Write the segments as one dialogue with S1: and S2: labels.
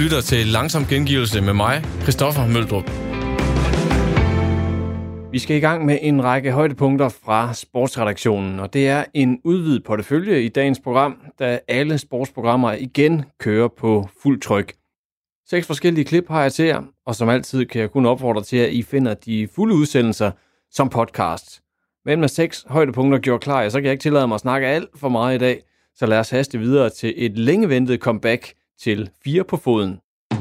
S1: lytter til Langsom Gengivelse med mig, Christoffer Møldrup. Vi skal i gang med en række højdepunkter fra sportsredaktionen, og det er en udvidet portefølje i dagens program, da alle sportsprogrammer igen kører på fuld tryk. 6 forskellige klip har jeg til jer, og som altid kan jeg kun opfordre til, at I finder de fulde udsendelser som podcast. Men med 6 højdepunkter gjort klar, så kan jeg ikke tillade mig at snakke alt for meget i dag, så lad os haste videre til et længe ventet comeback til 4 på foden.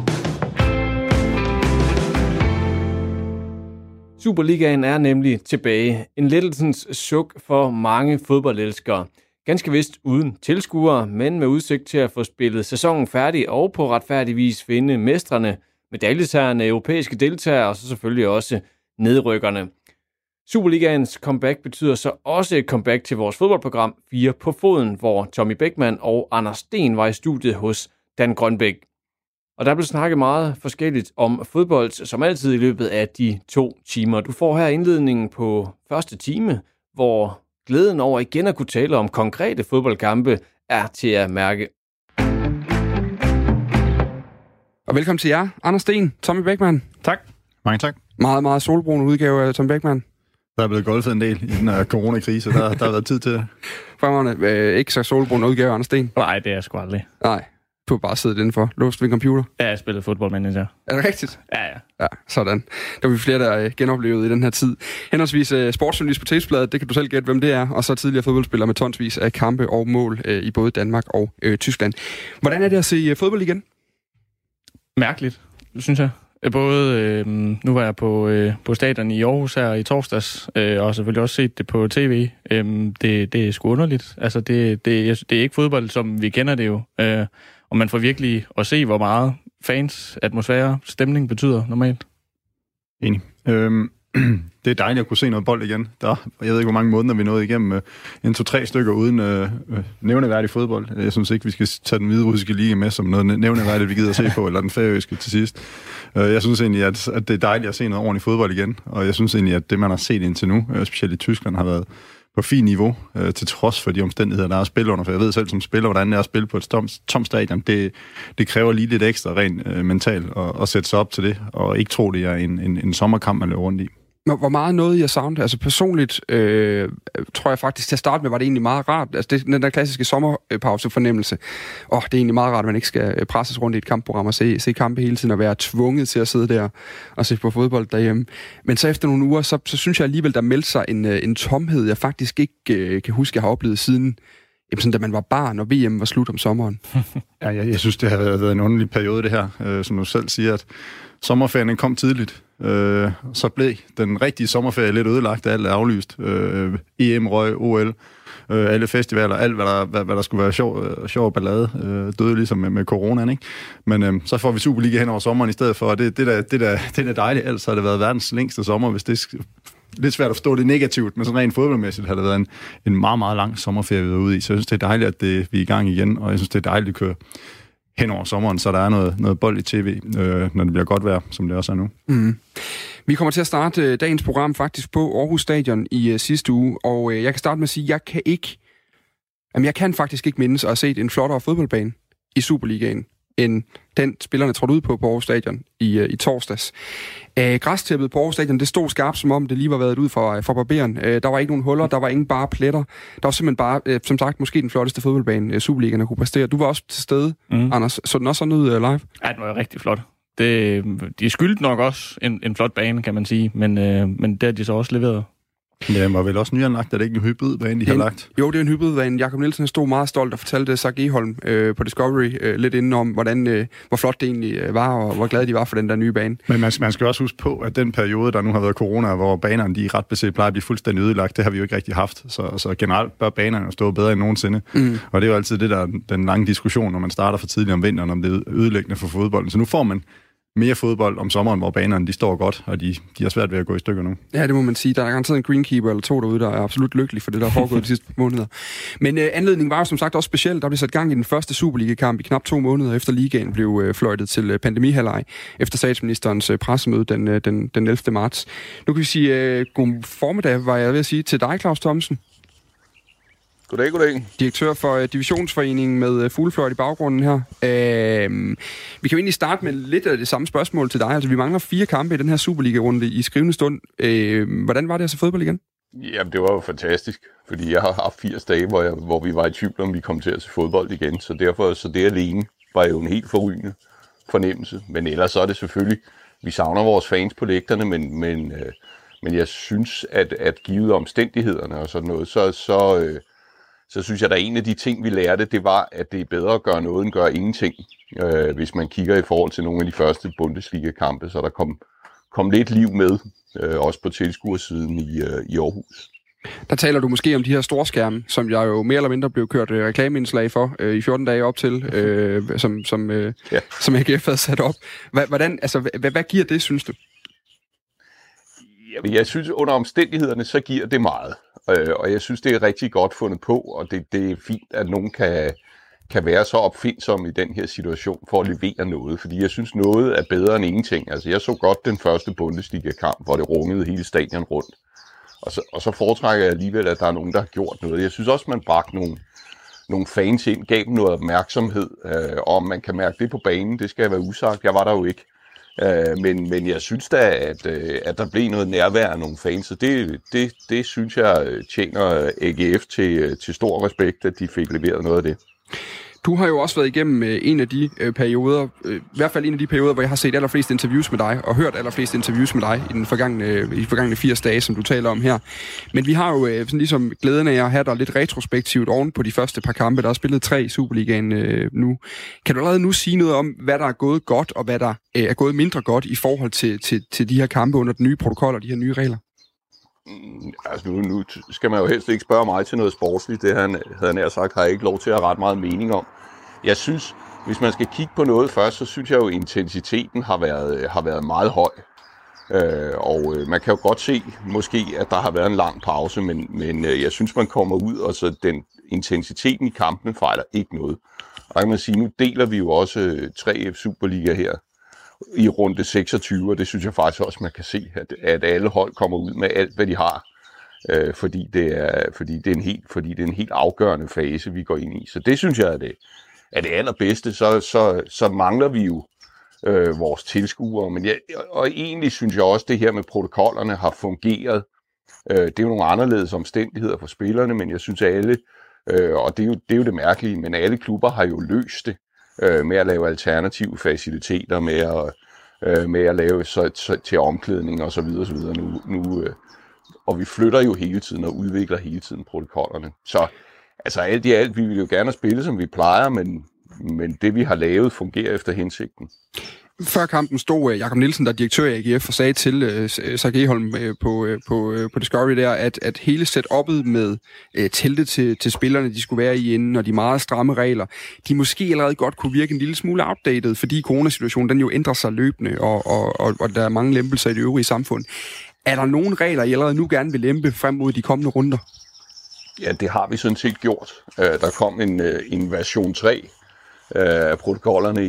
S1: Superligaen er nemlig tilbage. En lettelsens suk for mange fodboldelskere. Ganske vist uden tilskuere, men med udsigt til at få spillet sæsonen færdig og på retfærdig vis finde mestrene, medaljesagerne, europæiske deltagere og så selvfølgelig også nedrykkerne. Superligaens comeback betyder så også et comeback til vores fodboldprogram 4 på foden, hvor Tommy Bechmann og Anders Sten var i studiet hos Dan Grønbæk. Og der blev snakket meget forskelligt om fodbold, som altid i løbet af de 2 timer. Du får her indledningen på første time, hvor glæden over igen at kunne tale om konkrete fodboldkampe er til at mærke.
S2: Og velkommen til jer, Anders Sten, Tommy Bechmann.
S3: Tak. Mange tak.
S2: Meget, meget solbrun udgave af Tommy Bechmann.
S3: Der er blevet golfet en del i den her coronakrise, der har været tid til det.
S2: Fremragende. Ikke så solbrun udgave af Anders Sten.
S4: Nej, det er jeg sgu aldrig.
S2: Nej. Du har bare siddet indenfor, låst ved en computer.
S4: Ja, jeg spillede fodboldmanager.
S2: Er det rigtigt?
S4: Ja.
S2: Ja, sådan. Der var vi flere, der genoplevede i den her tid. Henholdsvis sportsjournalist på Tipsbladet, det kan du selv gætte, hvem det er, og så tidligere fodboldspiller med tonsvis af kampe og mål i både Danmark og Tyskland. Hvordan er det at se fodbold igen? Mærkeligt,
S4: synes jeg. Både, nu var jeg på stadion i Aarhus her i torsdags, og selvfølgelig også set det på tv. Det er sgu underligt. Altså, det er ikke fodbold, som vi kender det jo. Og man får virkelig at se, hvor meget fans, atmosfære, stemning betyder normalt.
S3: Enig. Det er dejligt at kunne se noget bold igen. Jeg ved ikke, hvor mange måneder vi nåede igennem 1-2-3 stykker uden nævneværdig fodbold. Jeg synes ikke, vi skal tage den hviderussiske liga med som noget nævneværdigt, vi gider at se på, eller den færøske til sidst. Jeg synes egentlig, at det er dejligt at se noget ordentligt fodbold igen, og jeg synes egentlig, at det, man har set indtil nu, specielt i Tyskland, har været på fin niveau, til trods for de omstændigheder, der er at spille under. For jeg ved selv som spiller, hvordan det er at spille på et tomt stadion. Det kræver lige lidt ekstra rent mentalt at sætte sig op til det, og ikke tro, det er en sommerkamp, man løber rundt i.
S2: Hvor meget noget jeg savnede? Altså personligt tror jeg faktisk, til at starte med, var det egentlig meget rart. Altså det, den der klassiske sommerpause-fornemmelse. Det er egentlig meget rart, at man ikke skal presses rundt i et kampprogram og se kampe hele tiden og være tvunget til at sidde der og se på fodbold derhjemme. Men så efter nogle uger, så synes jeg alligevel, der meldte sig en tomhed, jeg faktisk ikke kan huske, jeg har oplevet siden, sådan, da man var barn, og VM var slut om sommeren.
S3: Ja, jeg synes, det har været en underlig periode, det her. Som du selv siger, at sommerferien kom tidligt. Så blev den rigtige sommerferie lidt ødelagt, alt er aflyst. EM, røg, OL, alle festivaler, alt hvad der skulle være sjov ballade, døde ligesom med coronaen, ikke? Men så får vi Superliga hen over sommeren i stedet for, og det er dejligt. Ellers har det været verdens længste sommer, hvis det lidt svært at forstå det negativt, men sådan rent fodboldmæssigt har det været en meget, meget lang sommerferie, vi er ude i. Så jeg synes, det er dejligt, at vi er i gang igen, og jeg synes, det er dejligt at køre hen over sommeren, så der er noget bold i tv, når det bliver godt vejr, som det også er nu.
S2: Mm. Vi kommer til at starte dagens program faktisk på Aarhus Stadion i sidste uge, og jeg kan starte med at sige, jeg kan faktisk ikke mindes at have set en flottere fodboldbane i Superligaen, end den spillerne trådte ud på Aarhus Stadion i torsdags. Græstæppet på Aarhus Stadion, det stod skarpt, som om det lige var været ud for barberen. Der var ikke nogen huller, der var ingen bare pletter. Der var simpelthen bare, som sagt, måske den flotteste fodboldbane, Superligaen har kunne præstere. Du var også til stede, Anders. Så den også sådan ud live?
S4: Ja, den var rigtig flot. De skyldte nok også en flot bane, kan man sige, men det har de så også leveret.
S3: Ja, den var vel også nyanlagt, er det ikke en hybridbane, de har lagt?
S2: Jo, det er en hybridbane. Jakob Nielsen stod meget stolt og fortalte Zach Eholm på Discovery lidt inden om, hvor flot det egentlig var, og hvor glade de var for den der nye bane.
S3: Men man skal også huske på, at den periode, der nu har været corona, hvor banerne de ret beset plejer at blive fuldstændig ødelagt, det har vi jo ikke rigtig haft. Så generelt bør banerne stå bedre end nogensinde. Og det er jo altid det der den lange diskussion, når man starter for tidligt om vinteren, om det er ødelæggende for fodbolden. Så nu får man mere fodbold om sommeren, hvor banerne de står godt, og de har svært ved at gå i stykker nu.
S2: Ja, det må man sige. Der er garanteret en greenkeeper eller 2 derude, der er absolut lykkelig for det, der er foregået de sidste måneder. Men anledningen var jo som sagt også speciel. Der blev sat gang i den første Superliga-kamp i knap 2 måneder, efter ligaen blev fløjtet til pandemihalvleg, efter statsministerens pressemøde den 11. marts. Nu kan vi sige god formiddag, var jeg ved at sige, til dig, Claus Thomsen.
S5: Goddag.
S2: Direktør for Divisionsforeningen med Fuglefløjt i baggrunden her. Vi kan jo egentlig starte med lidt af det samme spørgsmål til dig. Altså, vi mangler 4 kampe i den her Superliga-runde i skrivende stund. Hvordan var det at se fodbold igen?
S5: Jamen, det var jo fantastisk, fordi jeg har haft 80 dage, hvor vi var i tvivl, om vi kom til at se fodbold igen. Så derfor, så det alene var jo en helt forrygende fornemmelse. Men ellers så er det selvfølgelig, vi savner vores fans på lægterne, men jeg synes, at givet omstændighederne og sådan noget, så synes jeg, at en af de ting, vi lærte, det var, at det er bedre at gøre noget, end gøre ingenting. Hvis man kigger i forhold til nogle af de første Bundesliga-kampe, så der kom lidt liv med, også på tilskuersiden i Aarhus. Der
S2: taler du måske om de her storskærme, som jeg jo mere eller mindre blev kørt reklameindslag for i 14 dage op til, som AGF havde sat op. Hvad giver det, synes du?
S5: Jeg synes, under omstændighederne, så giver det meget. Og jeg synes, det er rigtig godt fundet på, og det er fint, at nogen kan være så opfindsom i den her situation for at levere noget. Fordi jeg synes, noget er bedre end ingenting. Altså, jeg så godt den første Bundesliga-kamp, hvor det rungede hele stadion rundt. Og så foretrækker jeg alligevel, at der er nogen, der har gjort noget. Jeg synes også, man bragte nogle fans ind, gav dem noget opmærksomhed. Og om man kan mærke det på banen, det skal være usagt. Jeg var der jo ikke. Men jeg synes da, at der blev noget nærvær af nogle fans, og det synes jeg tjener AGF til stor respekt, at de fik leveret noget af det.
S2: Du har jo også været igennem en af de perioder, i hvert fald en af de perioder, hvor jeg har set allerflest interviews med dig, og hørt allerflest interviews med dig i de forgangne 80 dage, som du taler om her. Men vi har jo sådan ligesom glæden af at have dig lidt retrospektivt oven på de første par kampe. Der er spillet 3 i Superligaen nu. Kan du allerede nu sige noget om, hvad der er gået godt, og hvad der er gået mindre godt i forhold til de her kampe under den nye protokol og de her nye regler?
S5: Altså nu skal man jo helst ikke spørge mig til noget sportsligt. Det havde han nær sagt, har jeg ikke lov til at ret meget mening om. Jeg synes, hvis man skal kigge på noget først, så synes jeg jo, at intensiteten har været meget høj. Og man kan jo godt se, måske, at der har været en lang pause, men jeg synes, man kommer ud, og så den intensiteten i kampene fejler ikke noget. Og kan man sige, nu deler vi jo også 3F Superliga her i runde 26, og det synes jeg faktisk også, man kan se, at alle hold kommer ud med alt, hvad de har, fordi det er en helt afgørende fase, vi går ind i. Så det synes jeg er det allerbedste. Så mangler vi jo vores tilskuere, men og egentlig synes jeg også, det her med protokollerne har fungeret. Det er jo nogle anderledes omstændigheder for spillerne, men jeg synes alle, og det er jo det mærkelige, men alle klubber har jo løst det med at lave alternative faciliteter, med at lave så til omklædning og så videre nu og vi flytter jo hele tiden og udvikler hele tiden protokollerne. Så altså alt i alt, vi vil jo gerne spille, som vi plejer, men det vi har lavet fungerer efter hensigten.
S2: Før kampen stod Jakob Nielsen, der er direktør i AGF, og sagde til Sark Egholm på Discovery der, at hele setup'et med teltet til spillerne, de skulle være i inden, og de meget stramme regler, de måske allerede godt kunne virke en lille smule outdated, fordi coronasituationen den jo ændrer sig løbende, og der er mange lempelser i det øvrige samfund. Er der nogle regler, I allerede nu gerne vil lempe frem mod de kommende runder?
S5: Ja, det har vi sådan set gjort. Der kom en version 3 af protokollerne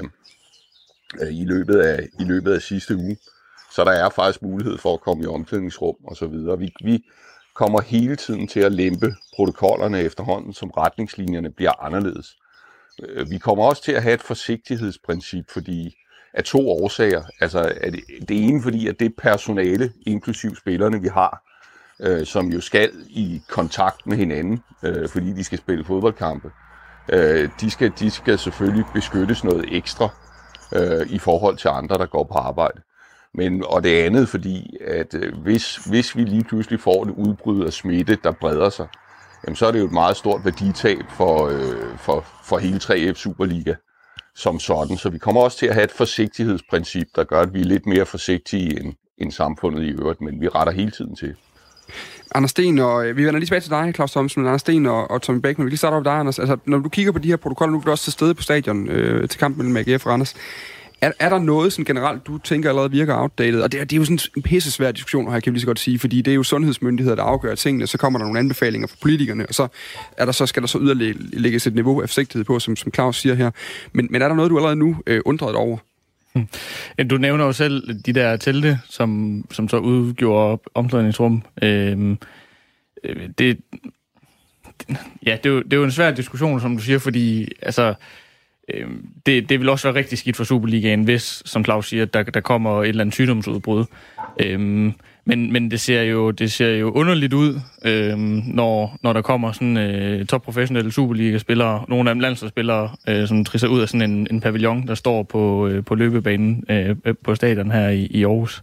S5: i løbet af sidste uge. Så der er faktisk mulighed for at komme i omklædningsrum og så videre. Vi kommer hele tiden til at lempe protokollerne efterhånden, som retningslinjerne bliver anderledes. Vi kommer også til at have et forsigtighedsprincip, fordi af 2 årsager. Altså det ene, fordi at det personale, inklusiv spillerne, vi har, som jo skal i kontakt med hinanden, fordi de skal spille fodboldkampe, de skal selvfølgelig beskyttes noget ekstra i forhold til andre, der går på arbejde. Og det andet, fordi at hvis vi lige pludselig får et udbrud af smitte, der breder sig, jamen, så er det jo et meget stort værditab for hele 3F Superliga som sådan. Så vi kommer også til at have et forsigtighedsprincip, der gør, at vi er lidt mere forsigtige end samfundet i øvrigt, men vi retter hele tiden til.
S2: Anders Sten, og vi vender lige tilbage til dig, Claus Thomsen, Anders Sten og Tommy Beckmann. Vi kan starte op med dig, Anders. Altså, når du kigger på de her protokoller, nu er du også til stede på stadion til kampen mellem AGF og Randers. Er der noget sådan generelt, du tænker allerede virker outdated? Og det er jo sådan en pissesvær diskussion, her kan vi lige så godt sige, fordi det er jo sundhedsmyndigheder, der afgør tingene, så kommer der nogle anbefalinger fra politikerne, og så skal der så yderligere lægges et niveau af forsigtighed på, som Claus siger her. Men er der noget, du allerede nu undrer dig over?
S4: Du nævner jo selv de der telte, som så udgjorde omklædningsrum. det er jo en svær diskussion, som du siger, fordi altså, det vil også være rigtig skidt for Superligaen, hvis, som Claus siger, der kommer et eller andet sygdomsudbrud. Men det ser jo underligt ud, når der kommer sådan topprofessionelle Superliga-spillere, nogle af dem landsholdsspillere, som trisser ud af sådan en pavillon, der står på løbebanen på stadion her i Aarhus.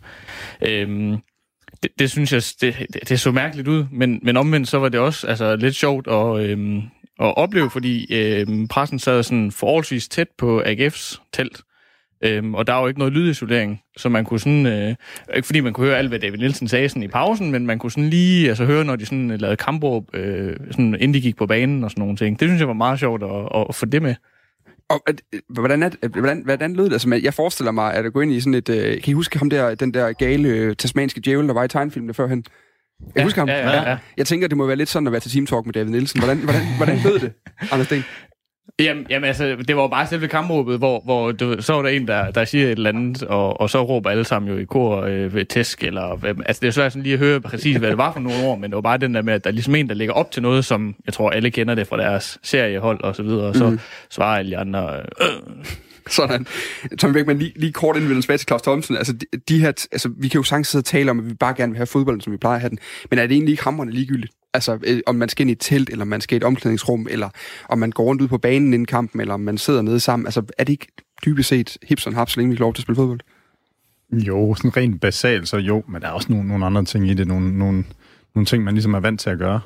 S4: Det synes jeg, det så mærkeligt ud, men omvendt så var det også altså, lidt sjovt at opleve, fordi pressen sad sådan forholdsvis tæt på AGF's telt. Og der er jo ikke noget lydisolering, så man kunne sådan, ikke fordi man kunne høre alt, hvad David Nielsen sagde sådan i pausen, men man kunne sådan lige høre, når de sådan lavede kampråb, sådan, inden de gik på banen og sådan nogle ting. Det synes jeg var meget sjovt at få det med.
S2: Og hvordan lød det? Altså, jeg forestiller mig, at gå ind i sådan et... kan I huske ham den der gale tasmanske djævel, der var i tegnefilmene førhen? Jeg husker ham. Ja. Jeg tænker, det må være lidt sådan at være til Team Talk med David Nielsen. Hvordan lød det, Anders Sten?
S4: Jamen altså, det var jo bare selve kampråbet, hvor så var der en, der siger et eller andet, og så råber alle sammen jo i kor tæsk, eller... Altså, det er svært sådan lige at høre præcis, hvad det var for nogle ord, men det var bare den der med, at der er ligesom en, der ligger op til noget, som jeg tror, alle kender det fra deres seriehold og så videre, og så svarer alle de andre...
S2: Sådan. Tom Beckmann, lige kort inden vi tilbage til Claus Thomsen. Altså, de her, altså, vi kan jo sagtens sidde og tale om, at vi bare gerne vil have fodbolden, som vi plejer at have den. Men er det egentlig ikke hamrende ligegyldigt? Altså, om man skal ind i et telt, eller man skal i et omklædningsrum, eller om man går rundt ud på banen inden kampen, eller om man sidder nede sammen. Altså, er det ikke dybest set hips og haps, så længe vi kan lov til at spille fodbold?
S3: Jo, sådan rent basalt, så jo. Men der er også nogle andre ting i det. Nogle ting, man ligesom er vant til at gøre.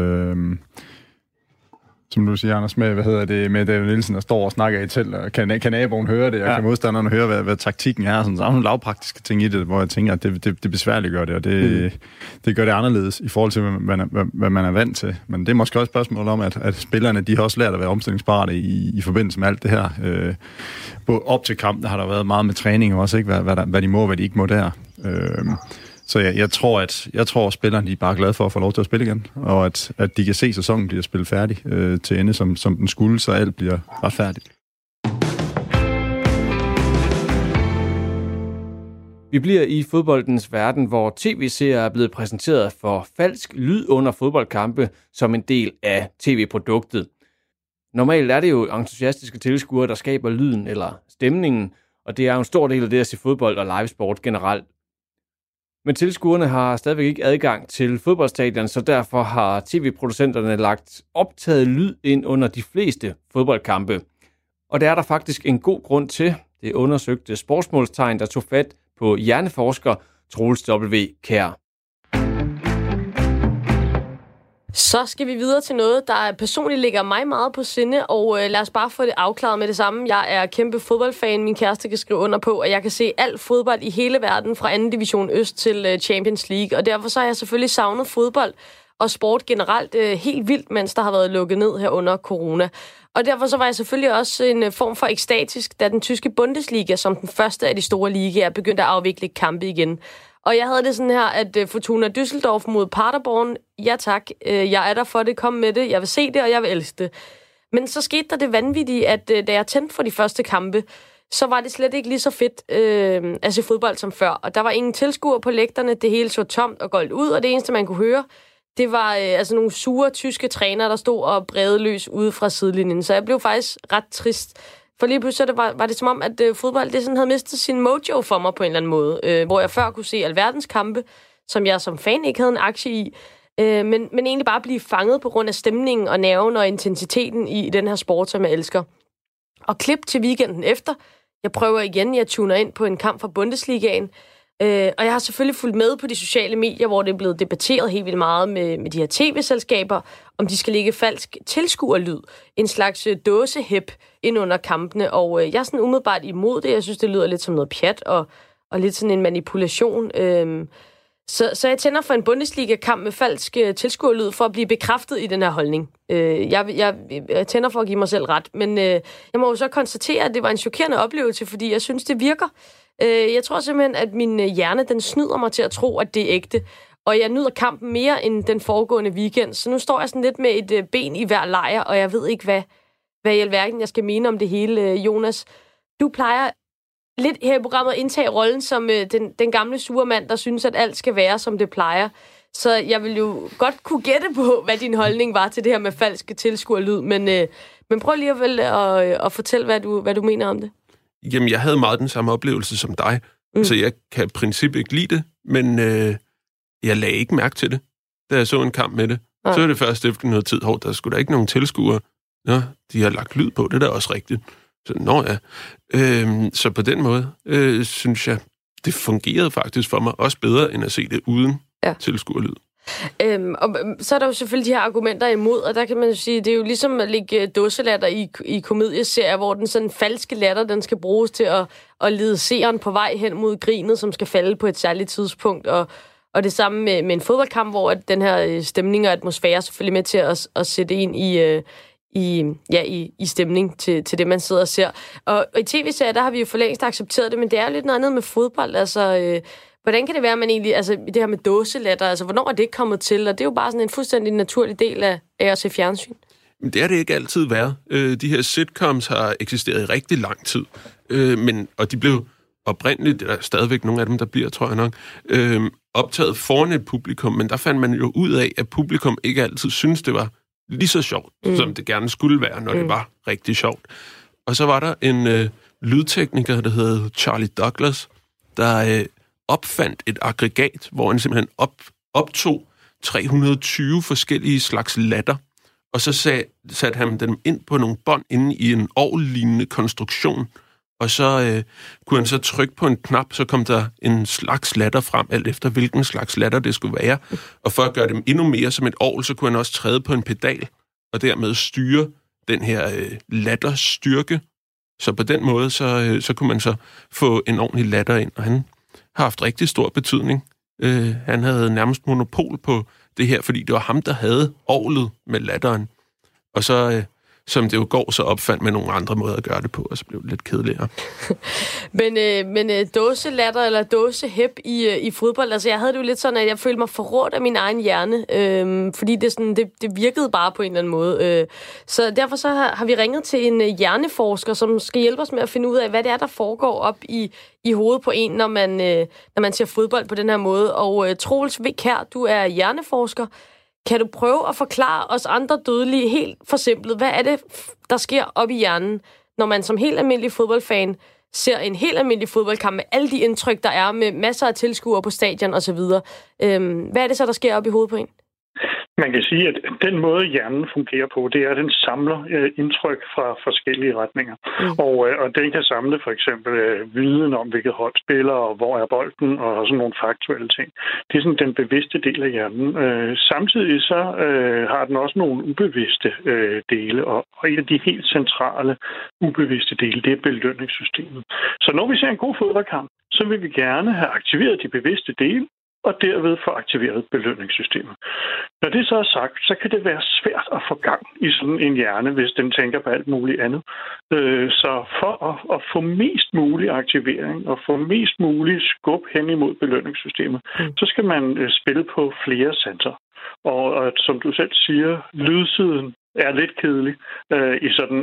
S3: Som du siger, Anders, med David Nielsen, der står og snakker i telt, og kan naboen høre det, og kan modstanderne høre, hvad taktikken er. Sådan, så er der nogle lavpraktiske ting i det, hvor jeg tænker, at det besværliggør det, og det gør det anderledes i forhold til, hvad man er vant til. Men det er måske også et spørgsmål om, at spillerne, de har også lært at være omstillingsparate i forbindelse med alt det her. Både op til kamp, der har der været meget med træning, og også ikke, hvad de må og hvad de ikke må der. Så jeg tror, at spillerne de er bare glade for at få lov til at spille igen, og at de kan se, at sæsonen bliver spillet færdig til ende, som den skulle, så alt bliver retfærdigt.
S1: Vi bliver i fodboldens verden, hvor tv-serier er blevet præsenteret for falsk lyd under fodboldkampe som en del af tv-produktet. Normalt er det jo entusiastiske tilskuere, der skaber lyden eller stemningen, og det er jo en stor del af det at se fodbold og livesport generelt. Men tilskuerne har stadigvæk ikke adgang til fodboldstadion, så derfor har tv-producenterne lagt optaget lyd ind under de fleste fodboldkampe. Og det er der faktisk en god grund til. Det undersøgte Sportsmålstegn, der tog fat på hjerneforsker Troels W. Kjær.
S6: Så skal vi videre til noget, der personligt ligger mig meget på sinde, og lad os bare få det afklaret med det samme. Jeg er kæmpe fodboldfan, min kæreste kan skrive under på, og jeg kan se alt fodbold i hele verden, fra 2. division øst til Champions League, og derfor så har jeg selvfølgelig savnet fodbold og sport generelt helt vildt, mens der har været lukket ned her under corona. Og derfor så var jeg selvfølgelig også en form for ekstatisk, da den tyske Bundesliga, som den første af de store ligaer, begyndte at afvikle kampe igen. Og jeg havde det sådan her, at Fortuna Düsseldorf mod Paderborn, ja tak, jeg er der for det, kom med det, jeg vil se det, og jeg vil elske det. Men så skete der det vanvittige, at da jeg tændte for de første kampe, så var det slet ikke lige så fedt at se fodbold som før. Og der var ingen tilskuere på lægterne, det hele så tomt og goldt ud, og det eneste, man kunne høre, det var nogle sure tyske trænere, der stod og brede løs ude fra sidelinjen. Så jeg blev faktisk ret trist. For lige pludselig var det som om, at fodbold det sådan havde mistet sin mojo for mig på en eller anden måde. Hvor jeg før kunne se alverdens kampe, som jeg som fan ikke havde en aktie i. Men egentlig bare blive fanget på grund af stemningen og nerven og intensiteten i den her sport, som jeg elsker. Og klip til weekenden efter. Jeg prøver igen, jeg tuner ind på en kamp fra Bundesligaen. Og jeg har selvfølgelig fulgt med på de sociale medier, hvor det er blevet debatteret helt vildt meget med de her tv-selskaber, om de skal lægge falsk tilskuerlyd, en slags dåsehæp ind under kampene, og jeg er sådan umiddelbart imod det. Jeg synes, det lyder lidt som noget pjat og lidt sådan en manipulation. Så jeg tænder for en Bundesliga-kamp med falsk tilskuerlyd for at blive bekræftet i den her holdning. Jeg tænder for at give mig selv ret, men jeg må jo så konstatere, at det var en chokerende oplevelse, fordi jeg synes, det virker. Jeg tror simpelthen, at min hjerne, den snyder mig til at tro, at det er ægte. Og jeg nyder kampen mere end den foregående weekend. Så nu står jeg sådan lidt med et ben i hver lejr, og jeg ved ikke, hvad i alverden jeg skal mene om det hele. Jonas, du plejer lidt her i programmet at indtage rollen som den gamle sure mand, der synes, at alt skal være, som det plejer. Så jeg vil jo godt kunne gætte på, hvad din holdning var til det her med falske tilskuerlyd, men prøv lige at fortælle, hvad du mener om det.
S7: Jamen, jeg havde meget den samme oplevelse som dig, så jeg kan i princippet ikke lide det, men jeg lagde ikke mærke til det, da jeg så en kamp med det. Ja. Så er det først efter noget tid, der skulle der ikke nogen tilskuere. Nå, de har lagt lyd på, det er da også rigtigt. Så så på den måde synes jeg, det fungerede faktisk for mig også bedre, end at se det uden tilskuerlyd.
S6: Og så er der jo selvfølgelig de her argumenter imod, og der kan man jo sige, det er jo ligesom at lægge dåselatter i komedieserier, hvor den sådan falske latter, den skal bruges til at lede seeren på vej hen mod grinet, som skal falde på et særligt tidspunkt, og det samme med en fodboldkamp, hvor den her stemning og atmosfære selvfølgelig med til at sætte ind i stemning til det, man sidder og ser. Og i tv-serier, der har vi jo for længst accepteret det, men det er jo lidt noget andet med fodbold. Altså, hvordan kan det være, at man egentlig, altså det her med dåselatter, altså hvornår er det kommet til? Og det er jo bare sådan en fuldstændig naturlig del af at se fjernsyn.
S7: Men det har det ikke altid været. De her sitcoms har eksisteret i rigtig lang tid, og de blev oprindeligt, der er stadigvæk nogle af dem, der bliver, tror jeg nok, optaget foran et publikum, men der fandt man jo ud af, at publikum ikke altid synes det var lige så sjovt, som det gerne skulle være, når det var rigtig sjovt. Og så var der en lydtekniker, der hed Charlie Douglas, der opfandt et aggregat, hvor han simpelthen optog 320 forskellige slags latter, og så satte han dem ind på nogle bånd inde i en orgellignende konstruktion, og så kunne han så trykke på en knap, så kom der en slags latter frem, alt efter hvilken slags latter det skulle være. Og for at gøre dem endnu mere som et orgel, så kunne han også træde på en pedal, og dermed styre den her latterstyrke. Så på den måde, så kunne man så få en ordentlig latter ind, og han har haft rigtig stor betydning. Han havde nærmest monopol på det her, fordi det var ham, der havde orglet med latteren. Og så som det jo går, så opfandt man nogle andre måder at gøre det på, og så blev det lidt kedeligere.
S6: men dåselatter eller dåsehæp i fodbold, altså jeg havde det jo lidt sådan, at jeg følte mig forrådt af min egen hjerne, fordi det virkede bare på en eller anden måde. Så derfor så har vi ringet til en hjerneforsker, som skal hjælpe os med at finde ud af, hvad det er, der foregår op i hovedet på en, når man ser fodbold på den her måde. Og Troels V. Kjær, du er hjerneforsker. Kan du prøve at forklare os andre dødelige helt forsimplet, hvad er det, der sker op i hjernen, når man som helt almindelig fodboldfan ser en helt almindelig fodboldkamp med alle de indtryk, der er med masser af tilskuere på stadion osv.? Hvad er det så, der sker op i hovedet på en?
S8: Man kan sige, at den måde, hjernen fungerer på, det er, at den samler indtryk fra forskellige retninger. Og den kan samle for eksempel viden om, hvilket hold spiller, og hvor er bolden, og sådan nogle faktuelle ting. Det er sådan den bevidste del af hjernen. Samtidig så har den også nogle ubevidste dele, og en af de helt centrale ubevidste dele, det er belønningssystemet. Så når vi ser en god fodboldkamp, så vil vi gerne have aktiveret de bevidste dele, og derved få aktiveret belønningssystemet. Når det så er sagt, så kan det være svært at få gang i sådan en hjerne, hvis den tænker på alt muligt andet. Så for at få mest mulig aktivering og få mest mulig skub hen imod belønningssystemet, så skal man spille på flere sanser. Og som du selv siger, lydsiden er lidt kedelig i sådan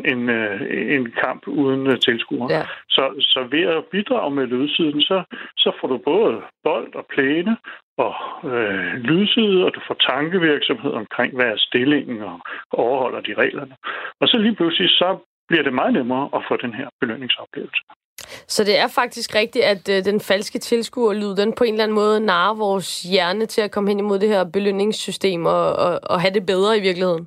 S8: en kamp uden tilskuere. Ja. Så ved at bidrage med lydsiden, så får du både bold og plæne og lydside, og du får tankevirksomhed omkring, hvad er stillingen, og overholder de reglerne. Og så lige pludselig, så bliver det meget nemmere at få den her belønningsoplevelse.
S6: Så det er faktisk rigtigt, at den falske tilskuerlyd, den på en eller anden måde narrer vores hjerne til at komme hen imod det her belønningssystem og have det bedre i virkeligheden?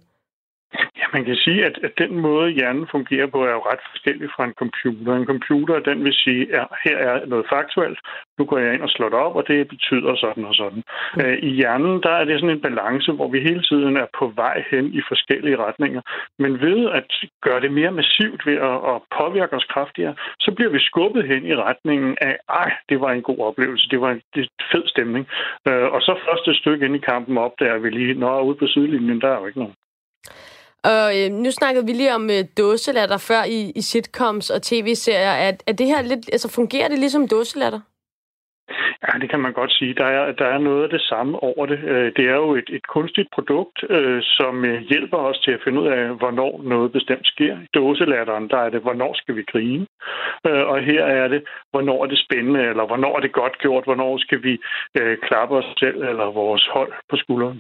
S8: Ja, man kan sige, at den måde, hjernen fungerer på, er jo ret forskellig fra en computer. En computer, den vil sige, at her er noget faktuelt. Nu går jeg ind og slår det op, og det betyder sådan og sådan. I hjernen, der er det sådan en balance, hvor vi hele tiden er på vej hen i forskellige retninger. Men ved at gøre det mere massivt ved at påvirke os kraftigere, så bliver vi skubbet hen i retningen af, det var en god oplevelse, det var en fed stemning. Og så første stykke ind i kampen opdager vi lige, ude på sidelinjen, der er jo ikke nogen.
S6: Og nu snakkede vi lige om dåselatter før i sitcoms og tv-serier. Er det her lidt, altså fungerer det ligesom dåselatter?
S8: Ja, det kan man godt sige. Der er noget af det samme over det. Det er jo et kunstigt produkt, som hjælper os til at finde ud af, hvornår noget bestemt sker. I dåselatteren, der er det, hvornår skal vi grine? Og her er det, hvornår er det spændende, eller hvornår er det godt gjort, hvornår skal vi klappe os selv eller vores hold på skulderen.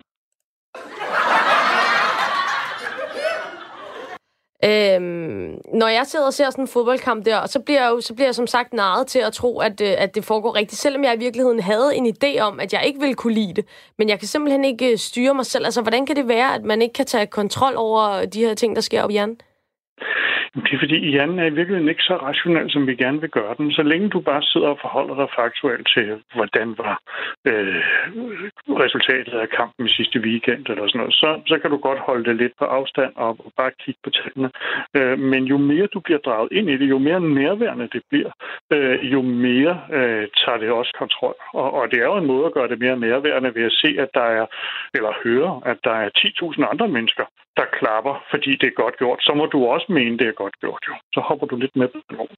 S6: Når jeg sidder og ser sådan en fodboldkamp der, så bliver jeg som sagt narret til at tro, at det foregår rigtigt, selvom jeg i virkeligheden havde en idé om, at jeg ikke ville kunne lide det. Men jeg kan simpelthen ikke styre mig selv. Altså, hvordan kan det være, at man ikke kan tage kontrol over de her ting, der sker op i hjernen?
S8: Det er fordi, hjernen er i virkeligheden ikke så rationel, som vi gerne vil gøre den. Så længe du bare sidder og forholder dig faktuelt til, hvordan var resultatet af kampen i sidste weekend eller sådan noget, så kan du godt holde det lidt på afstand og bare kigge på tallene. Men jo mere du bliver draget ind i det, jo mere nærværende det bliver, jo mere tager det også kontrol. Og det er jo en måde at gøre det mere nærværende ved at se, at der er, eller høre, at der er 10.000 andre mennesker, der klapper, fordi det er godt gjort. Så må du også mene, det er godt gjort, jo. Så hopper du lidt med på den.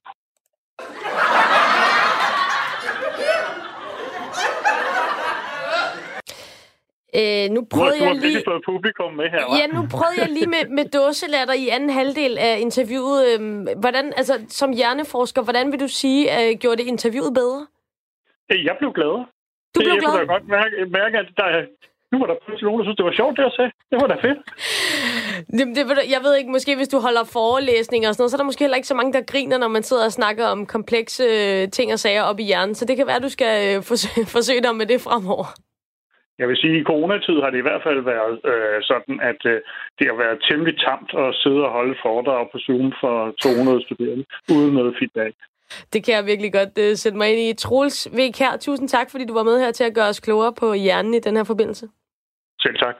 S6: Nu prøvede jeg lige...
S8: Du har publikum med her, hva'?
S6: Ja, nu prøvede jeg lige med dåselatter i anden halvdel af interviewet. Hvordan, altså, som hjerneforsker, hvordan vil du sige, gjorde det interviewet bedre?
S8: Jeg blev gladere.
S6: Du blev glad?
S8: Jeg kunne da godt mærke, at nu var der pludselig nogen, der synes, det var sjovt, det at sige. Det var da fedt.
S6: Jeg ved ikke, måske hvis du holder forelæsninger og sådan noget, så er der måske heller ikke så mange, der griner, når man sidder og snakker om komplekse ting og sager op i hjernen. Så det kan være, at du skal forsøge dig med det fremover.
S8: Jeg vil sige, at i coronatid har det i hvert fald været sådan, at det har været temmelig tamt at sidde og holde foredrag på Zoom for 200 studerende, uden noget feedback.
S6: Det kan jeg virkelig godt sætte mig ind i. Troels Vik her, tusind tak, fordi du var med her til at gøre os klogere på hjernen i den her forbindelse.
S8: Selv tak.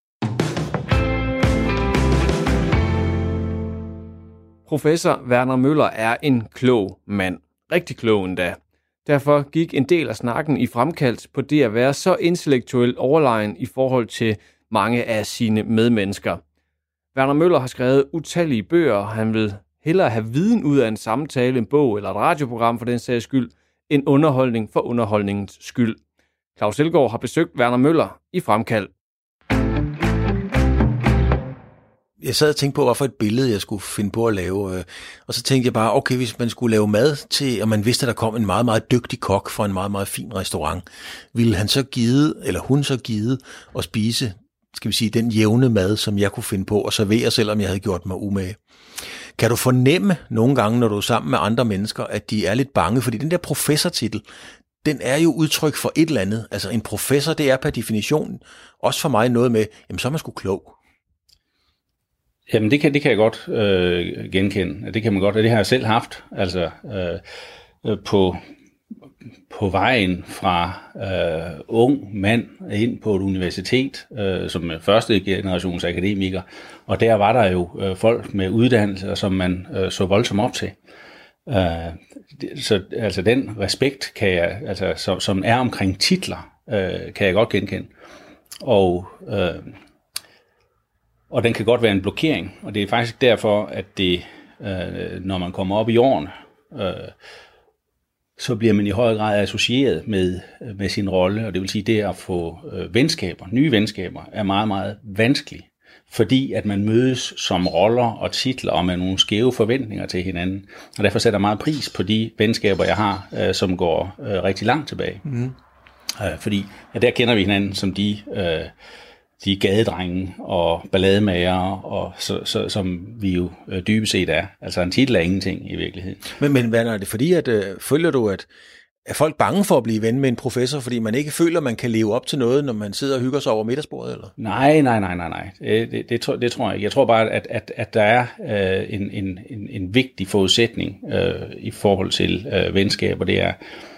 S1: Professor Werner Møller er en klog mand. Rigtig klog endda. Derfor gik en del af snakken i fremkaldt på det at være så intellektuelt overlegen i forhold til mange af sine medmennesker. Werner Møller har skrevet utallige bøger, og han vil hellere have viden ud af en samtale, en bog eller et radioprogram for den sags skyld, end underholdning for underholdningens skyld. Claus Elgaard har besøgt Werner Møller i fremkald.
S9: Jeg sad og tænkte på, hvorfor et billede, jeg skulle finde på at lave. Og så tænkte jeg bare, okay, hvis man skulle lave mad til, og man vidste, at der kom en meget, meget dygtig kok fra en meget, meget fin restaurant, ville han så hun så give at spise, skal vi sige, den jævne mad, som jeg kunne finde på at servere, selvom jeg havde gjort mig umage. Kan du fornemme nogle gange, når du er sammen med andre mennesker, at de er lidt bange? Fordi den der professortitel, den er jo udtryk for et eller andet. Altså en professor, det er per definition også for mig noget med, jamen så er man sgu klog.
S10: Jamen det kan jeg godt genkende. Det kan man godt, og det har jeg selv haft. Altså på vejen fra ung mand ind på et universitet som første generations akademiker, og der var der jo folk med uddannelser, som man så voldsomt op til. Så altså den respekt kan jeg, altså som er omkring titler, kan jeg godt genkende. Og den kan godt være en blokering, og det er faktisk derfor, at det, når man kommer op i årene, så bliver man i høj grad associeret med sin rolle, og det vil sige, det at få nye venskaber, er meget, meget vanskeligt, fordi at man mødes som roller og titler, og med nogle skæve forventninger til hinanden, og derfor sætter jeg meget pris på de venskaber, jeg har, som går rigtig langt tilbage. Fordi der kender vi hinanden som de gadedrenge og ballademager, og som vi jo dybest set er. Altså en titel er ingenting i virkeligheden.
S9: Men hvad er det fordi, at føler du, at er folk bange for at blive ven med en professor, fordi man ikke føler, man kan leve op til noget, når man sidder og hygger sig over middagsbordet? Eller?
S10: Nej. Det tror jeg ikke. Jeg tror bare, at der er en vigtig forudsætning i forhold til venskab, og det er,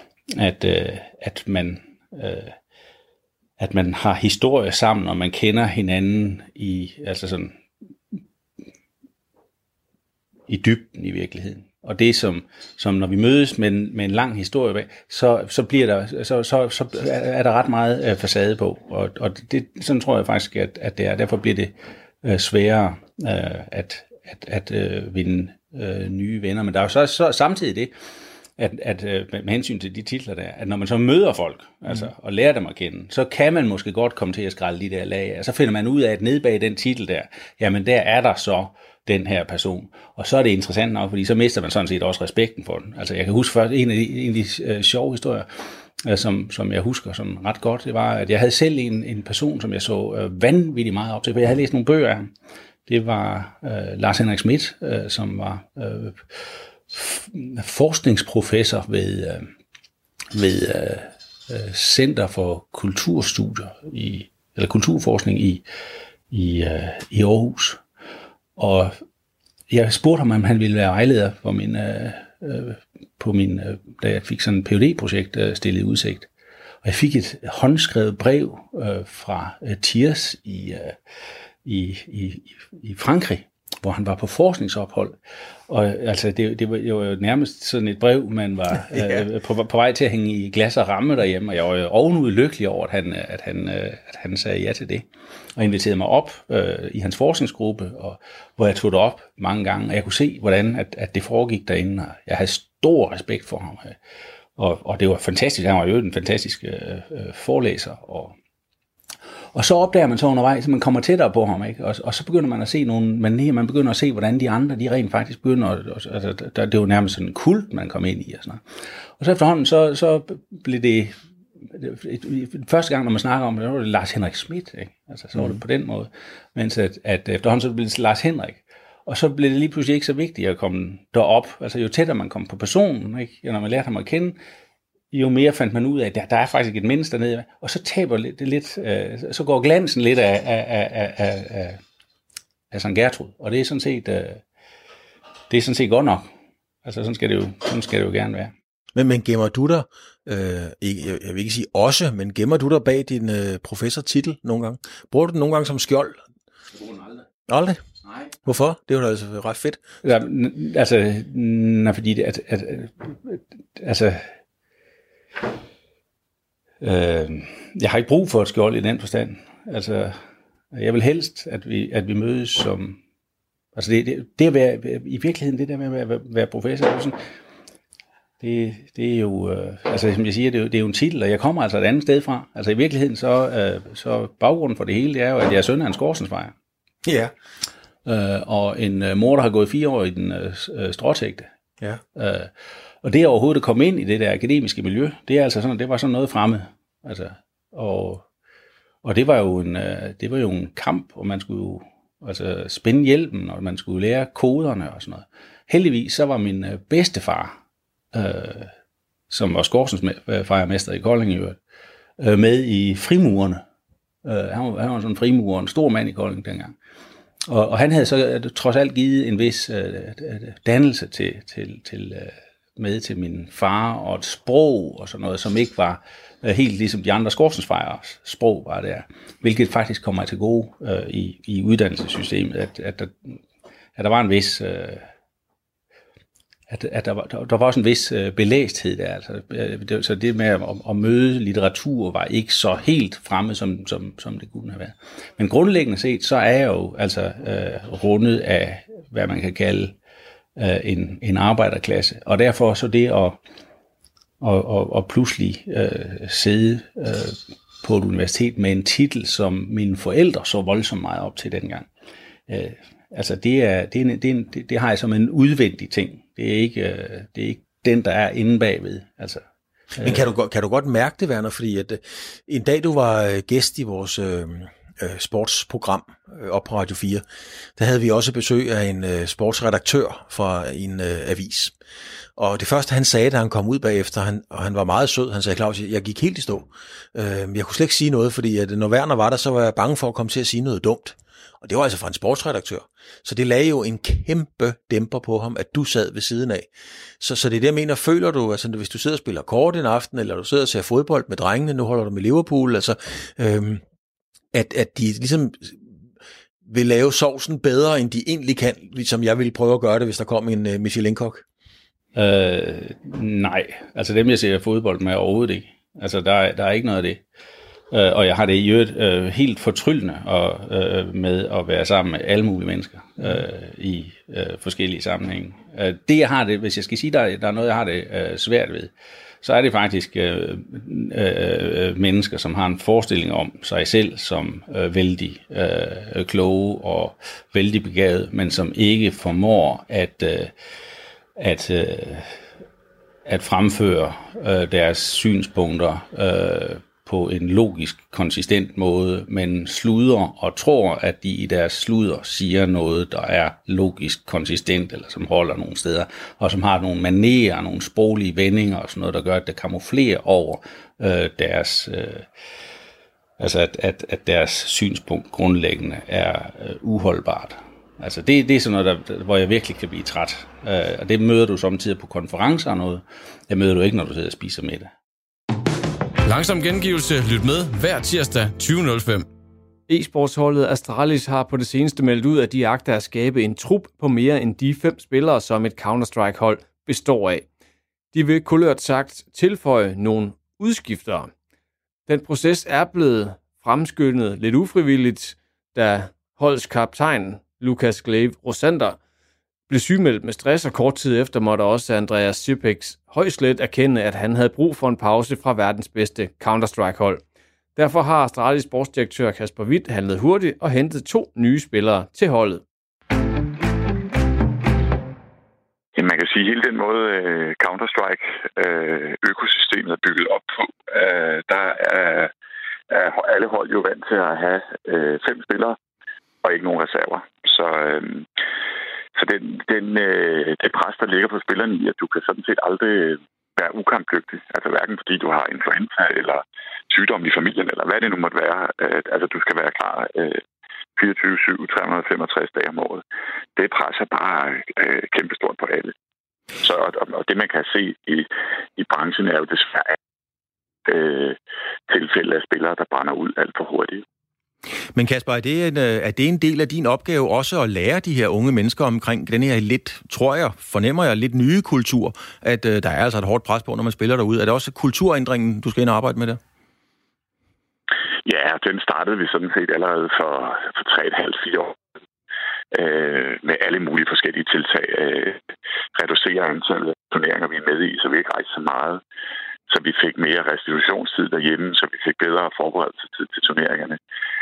S10: at man har historie sammen, og man kender hinanden i dybden i virkeligheden. Og det som når vi mødes med en lang historie bag, så bliver der så er der ret meget facade på, og det sådan tror jeg faktisk at det er. Derfor bliver det sværere at vinde nye venner. Men der er jo så samtidig det, at med hensyn til de titler der, at når man så møder folk, altså, og lærer dem at kende, så kan man måske godt komme til at skrælle de der lag af, og så finder man ud af, at nede bag den titel der, jamen der er der så den her person. Og så er det interessant nok, fordi så mister man sådan set også respekten for den. Altså jeg kan huske først, en af de sjove historier, som jeg husker sådan ret godt, det var, at jeg havde selv en person, som jeg så vanvittigt meget op til, for jeg havde læst nogle bøger af ham. Det var Lars Henrik Schmidt, som var forskningsprofessor ved Center for Kulturstudier eller Kulturforskning i Aarhus. Og jeg spurgte ham, om han ville være vejleder for da jeg fik sådan et PhD-projekt stillet i udsigt. Og jeg fik et håndskrevet brev fra Thiers i Frankrig, hvor han var på forskningsophold. Og altså, det var jo nærmest sådan et brev, man var på vej til at hænge i glas og ramme derhjemme, og jeg var ovenud lykkelig over, at han sagde ja til det. Og inviterede mig op i hans forskningsgruppe, og hvor jeg tog det op mange gange, og jeg kunne se, hvordan at det foregik derinde, og jeg havde stor respekt for ham. Og det var fantastisk, han var jo en fantastisk forelæser, og så opdager man så undervejs, at man kommer tættere på ham, ikke? Og så begynder man at se nogle manier, man begynder at se, hvordan de andre, de rent faktisk begynder, altså, det er jo nærmest sådan en kult, man kom ind i, og sådan noget. Og så efterhånden, så blev det, første gang, når man snakker om det, var det Lars Henrik Schmidt, ikke? Altså, så var det på den måde, mens at efterhånden, så blev det Lars Henrik. Og så blev det lige pludselig ikke så vigtigt at komme derop, altså jo tættere man kom på personen, ikke? Når man lærte ham at kende, jo mere fandt man ud af, at der er faktisk et menneske dernede, og så taber det lidt, så går glansen lidt af Sankt Gertrud, og det er sådan set godt nok. Altså sådan skal det jo gerne være.
S9: Men gemmer du dig, jeg vil ikke sige også, men gemmer du dig bag din professortitel nogle gange? Bruger du den nogle gange som skjold?
S10: Jeg bruger den aldrig.
S9: Aldrig?
S10: Nej.
S9: Hvorfor? Det var da altså ret fedt.
S10: Ja, altså, fordi det, altså, jeg har ikke brug for et skjold i den forstand. Altså, jeg vil helst, at vi mødes som, altså det at være, i virkeligheden, det der med at være professor, det er jo, altså som jeg siger, det er jo en titel, og jeg kommer altså et andet sted fra. Altså i virkeligheden, så baggrunden for det hele, det er jo, at jeg er søn af en skorstensfejer.
S9: Ja.
S10: Og en mor, der har gået 4 år i den stråtægte.
S9: Ja.
S10: Og det overhovedet at komme ind i det der akademiske miljø, det er altså sådan, det var sådan noget fremmed. Altså, og det var jo en kamp, og man skulle jo altså spænde hjelmen, og man skulle lære koderne og sådan noget. Heldigvis så var min bedstefar, som var skorstensfejermester i Kolding i øvrigt, med i frimurerne. Han var sådan en frimurer, en stor mand i Kolding dengang. Og han havde så trods alt givet en vis dannelse med til min far, og et sprog og sådan noget, som ikke var helt ligesom de andre skorstensfejers sprog var der, hvilket faktisk kommer til gode i uddannelsessystemet, at der var en vis at der var også en vis belæsthed der, altså, så det med at møde litteratur var ikke så helt fremme, som det kunne have været. Men grundlæggende set, så er jeg jo altså rundet af, hvad man kan kalde en arbejderklasse, og derfor så det at pludselig sidde på et universitet med en titel, som mine forældre så voldsomt meget op til dengang. Altså det har jeg som en udvendig ting. Det er ikke den, der er inde bagved. Altså,
S9: men kan du godt mærke det, Werner? Fordi at en dag du var gæst i vores sportsprogram op på Radio 4, der havde vi også besøg af en sportsredaktør fra en avis. Og det første, han sagde, da han kom ud bagefter, og han var meget sød, han sagde, Claus, jeg gik helt i stå. Jeg kunne slet ikke sige noget, fordi at når Werner var der, så var jeg bange for at komme til at sige noget dumt. Og det var altså fra en sportsredaktør. Så det lagde jo en kæmpe dæmper på ham, at du sad ved siden af. Så det er det, jeg mener, føler du, altså hvis du sidder og spiller kort en aften, eller du sidder og ser fodbold med drengene, nu holder du med Liverpool, altså at de ligesom vil lave sovsen bedre, end de egentlig kan, ligesom jeg ville prøve at gøre det, hvis der kom en Michelin-kok?
S10: Nej, altså dem jeg ser fodbold med overhovedet ikke. Altså der er ikke noget af det. Og jeg har det i øvrigt helt fortryllende med at være sammen med alle mulige mennesker i forskellige sammenhænge. Det jeg har det, hvis jeg skal sige, der er noget, jeg har det svært ved, så er det faktisk mennesker, som har en forestilling om sig selv som vældig kloge og vældig begavet, men som ikke formår at fremføre deres synspunkter på en logisk, konsistent måde, men sludrer og tror, at de i deres sludder siger noget, der er logisk konsistent, eller som holder nogle steder, og som har nogle manerer, nogle sproglige vendinger og sådan noget, der gør, at det kamuflerer over deres... at deres synspunkt grundlæggende er uholdbart. Altså det er sådan noget, hvor jeg virkelig kan blive træt. Og det møder du samtidig på konferencer og noget. Det møder du ikke, når du sidder og spiser middag.
S1: Langsom gengivelse. Lyt med hver tirsdag 20.05. E-sportsholdet Astralis har på det seneste meldt ud, at de agter at skabe en trup på mere end de 5 spillere, som et Counter-Strike-hold består af. De vil kulørt sagt tilføje nogle udskiftere. Den proces er blevet fremskyndet lidt ufrivilligt, da holdets kaptajn Lukas Glaive Rosander blev sygemeldt med stress, og kort tid efter måtte også Andreas Sirpex højslet erkende, at han havde brug for en pause fra verdens bedste Counter-Strike-hold. Derfor har Astralis sportsdirektør Kasper Hvidt handlet hurtigt og hentet 2 nye spillere til holdet.
S11: Man kan sige, at hele den måde Counter-Strike-økosystemet er bygget op på, der er alle hold jo vant til at have 5 spillere og ikke nogen reserver. Så det pres, der ligger på spillerne i, at du kan sådan set aldrig være ukampdygtig. Altså hverken fordi du har influenza eller sygdom i familien, eller hvad det nu måtte være. Altså du skal være klar 24/7, 365 dage om året. Det presser bare kæmpestort på alle. Så, og det man kan se i branchen er jo desværre tilfælde af spillere, der brænder ud alt for hurtigt.
S9: Men Kasper, er det en del af din opgave også at lære de her unge mennesker omkring den her lidt, fornemmer jeg, lidt nye kultur, at der er altså et hårdt pres på, når man spiller derude. Er det også kulturændringen, du skal ind og arbejde med der?
S11: Ja, den startede vi sådan set allerede for 3,5-4 år. Med alle mulige forskellige tiltag. Reducere antallet af turneringer, vi er med i, så vi ikke rejser så meget. Så vi fik mere restitutionstid derhjemme, så vi fik bedre forberedelsestid til turneringerne.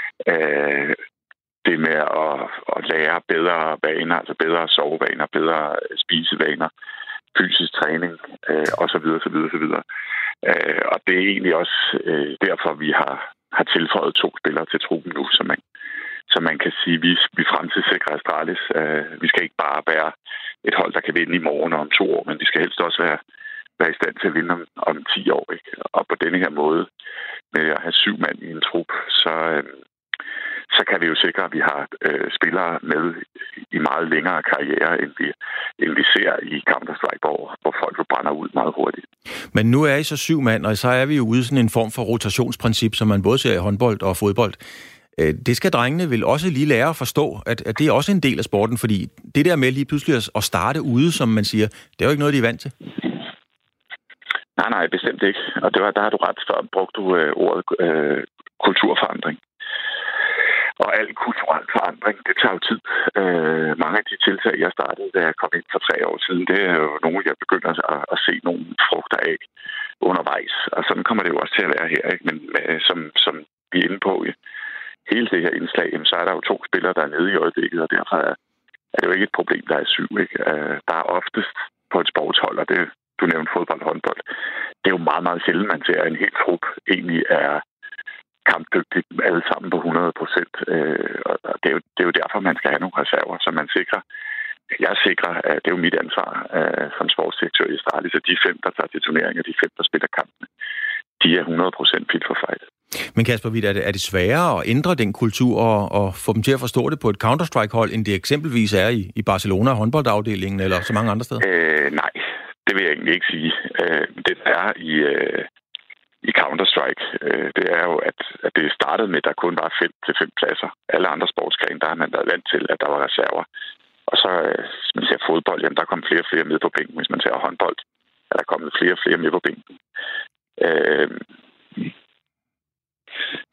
S11: Det med at lære bedre vaner, altså bedre sovevaner, bedre spisevaner, fysisk træning osv. Og det er egentlig også derfor, vi har tilføjet 2 spillere til truppen nu, så man kan sige, at vi fremtidssikrer Astralis. Vi skal ikke bare være et hold, der kan vinde i morgen og om 2 år, men vi skal helst også være i stand til at vinde om 10 år. Ikke? Og på denne her måde, med at have 7 mand i en trup, så kan vi jo sikre, at vi har spillere med i meget længere karriere, end vi ser i Counter-Strike, hvor folk brænder ud meget hurtigt.
S9: Men nu er I så 7 mand, og så er vi jo ude i sådan en form for rotationsprincip, som man både ser i håndbold og fodbold. Det skal drengene vel også lige lære at forstå, at det er også en del af sporten, fordi det der med lige pludselig at starte ude, som man siger, det er jo ikke noget, de er vant til.
S11: Nej, bestemt ikke. Og der har du ret, før brugte du ordet kulturforandring. Og al kulturel forandring, det tager jo tid. Mange af de tiltag, jeg startede, da jeg kom ind for 3 år siden, det er jo nogle, jeg begynder at se nogle frugter af undervejs. Og sådan kommer det jo også til at være her. Ikke? Men som vi er inde på i hele det her indslag, så er der jo 2 spillere, der er nede i øjeblikket, og derfor er det jo ikke et problem, der er 7. Ikke? Der er oftest på et sportshold, og det du nævnte fodbold og håndbold. Det er jo meget, meget sjældent, man ser, at en hel trup egentlig er kampdygtigt alle sammen på 100%. Og det er jo derfor, man skal have nogle reserver, så man sikrer. Jeg sikrer, at det er jo mit ansvar som sportsdirektør i Astralis, at de 5, der tager til turneringer, de 5, der spiller kampene, de er 100% fit for fight.
S9: Men Kasper Hvidt, er det sværere at ændre den kultur og få dem til at forstå det på et Counter-Strike-hold, end det eksempelvis er i Barcelona håndboldafdelingen eller så mange andre steder?
S11: Nej. Det vil jeg egentlig ikke sige. Det er i Counter-Strike, det er jo, at det startede med, at der kun var 5 pladser. Alle andre sportsgrene, der har man været vant til, at der var reserver. Og så, hvis man ser fodbold, jamen, der kom flere og flere med på bænken. Hvis man ser håndbold, er der kommet flere og flere med på bænken.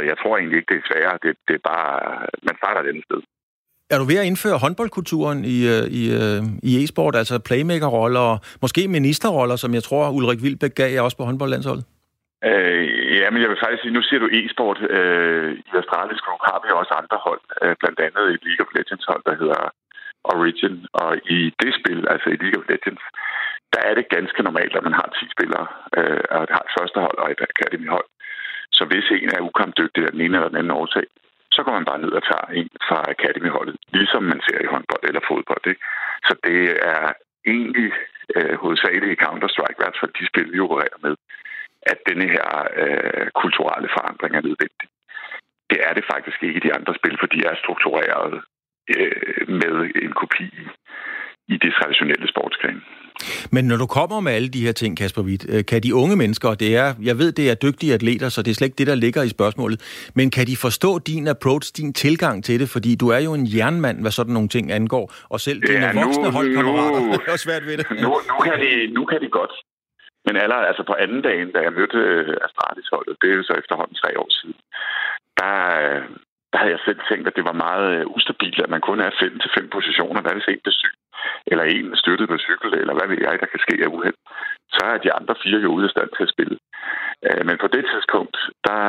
S11: jeg tror egentlig ikke, det er sværere. Det er bare, man starter et andet sted.
S9: Er du ved at indføre håndboldkulturen i e-sport, altså playmaker-roller og måske ministerroller, som jeg tror, Ulrik Wilbæk gav jer også på håndboldlandsholdet?
S11: Ja, men jeg vil faktisk sige, nu siger du e-sport. I Astralis Group har vi også andre hold, blandt andet et League of Legends hold, der hedder Origin. Og i det spil, altså i League of Legends, der er det ganske normalt, at man har 10 spillere, og har et første hold og et academy-hold. Så hvis en er ukampdygtig af den ene eller den anden årsag, så går man bare ned og tager en fra academy-holdet, ligesom man ser i håndbold eller fodbold. Ikke? Så det er egentlig hovedsageligt i Counter-Strike, i hvert fald de spil, vi opererer med, at denne her kulturelle forandring er nødvendig. Det er det faktisk ikke i de andre spil, for de er struktureret med en kopi i de traditionelle sportsgrene.
S9: Men når du kommer med alle de her ting, Kasper Hvidt, kan de unge mennesker, jeg ved, det er dygtige atleter, så det er slet ikke det, der ligger i spørgsmålet, men kan de forstå din approach, din tilgang til det? Fordi du er jo en jernmand, hvad sådan nogle ting angår, og selv dine voksne holdkammerater er svært ved det.
S11: Nu kan de godt. Men altså på anden dagen, da jeg mødte Astralis-holdet, det er jo så efterhånden 3 år siden, der havde jeg selv tænkt, at det var meget ustabilt, at man kun er 5 positioner. Hvad hvis en bliver syg? Eller en støttet på cykel? Eller hvad ved jeg, der kan ske af uheld? Så er de andre 4 jo ude af stand til at spille. Men på det tidspunkt,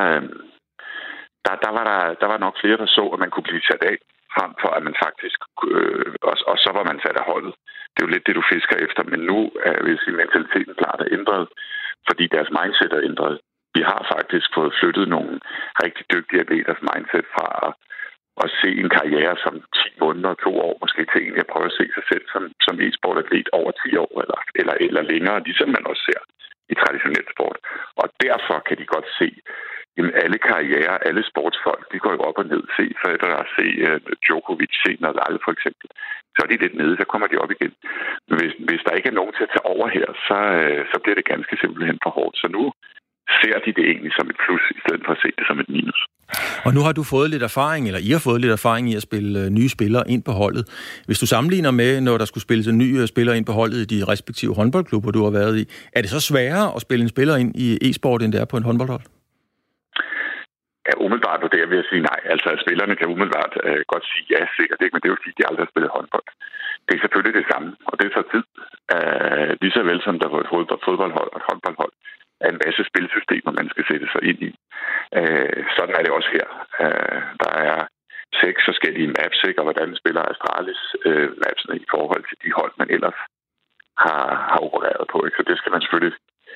S11: der var nok flere, der så, at man kunne blive sat af, frem for at man faktisk... og så var man sat af holdet. Det er jo lidt det, du fisker efter. Men nu vil sige, mentaliteten klart er ændret, fordi deres mindset er ændret. Vi har faktisk fået flyttet nogle rigtig dygtige atleters mindset fra at se en karriere som 10 måneder, 2 år, måske til egentlig at prøve at se sig selv som e-sportatlet over 10 år eller længere, ligesom man også ser i traditionel sport. Og derfor kan de godt se, at alle karrierer, alle sportsfolk, de går jo op og ned. Se Federer, se Djokovic, se Nadal for eksempel. Så er de lidt nede, så kommer de op igen. Men hvis der ikke er nogen til at tage over her, så bliver det ganske simpelthen for hårdt. Så nu ser de det egentlig som et plus, i stedet for at se det som et minus.
S9: Og nu har du fået lidt erfaring, eller I har fået lidt erfaring i at spille nye spillere ind på holdet. Hvis du sammenligner med, når der skulle spilles en ny spiller ind på holdet i de respektive håndboldklubber, du har været i, er det så sværere at spille en spiller ind i e-sport, end det er på en håndboldhold?
S11: Ja, umiddelbart på det vil jeg sige nej. Altså, spillerne kan umiddelbart godt sige ja, sikkert ikke, men det er jo fordi, de aldrig har spillet håndbold. Det er selvfølgelig det samme, og det tager tid. Lige så vel som der var et fodboldhold og et håndboldhold, er en masse spilsystemer, man skal sætte sig ind i. Sådan er det også her. Der er 6 forskellige maps, og hvordan spiller Astralis mapsene i forhold til de hold, man ellers har opereret på. Ikke? Så det skal man selvfølgelig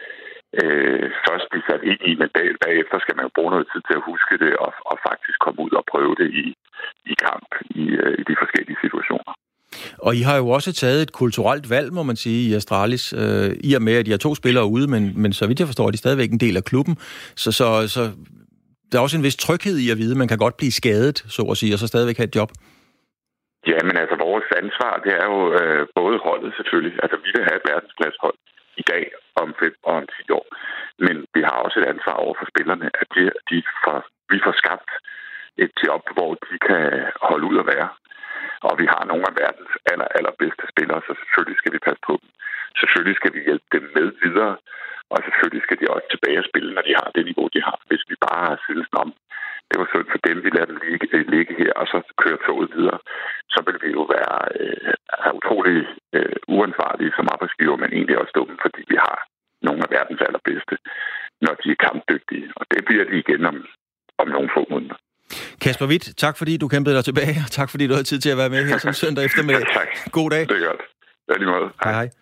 S11: først blive sat ind i, men bagefter skal man jo bruge noget tid til at huske det og faktisk komme ud og prøve det i kamp i de forskellige situationer.
S9: Og I har jo også taget et kulturelt valg, må man sige, i Astralis, i og med, at I har 2 spillere ude, men så vidt jeg forstår, er de stadigvæk en del af klubben. Så der er også en vis tryghed i at vide, at man kan godt blive skadet, så at sige, og så stadigvæk have et job.
S11: Ja, men altså vores ansvar, det er jo både holdet selvfølgelig. Altså vi vil have et verdensklasshold i dag om 5 og om 10 år. Men vi har også et ansvar over for spillerne, at vi får skabt et job, hvor de kan holde ud at være. Og vi har nogle af verdens allerbedste spillere, så selvfølgelig skal vi passe på dem. Selvfølgelig skal vi hjælpe dem med videre, og selvfølgelig skal de også tilbage og spille, når de har det niveau, de har. Hvis vi bare synes om, det var synd for dem, vi lader dem ligge her, og så kører toget videre, så vil vi jo være utrolig uansvarlige som arbejdsgiver, men egentlig også dumme, fordi vi har nogle af verdens allerbedste, når de er kampdygtige. Og det bliver de igen om nogle få måneder.
S9: Kasper Hvidt, tak fordi du kæmpede dig tilbage, og tak fordi du havde tid til at være med her som søndag eftermiddag.
S11: Tak.
S9: God dag.
S11: Det er godt. Det er lige måde.
S9: Hej hej.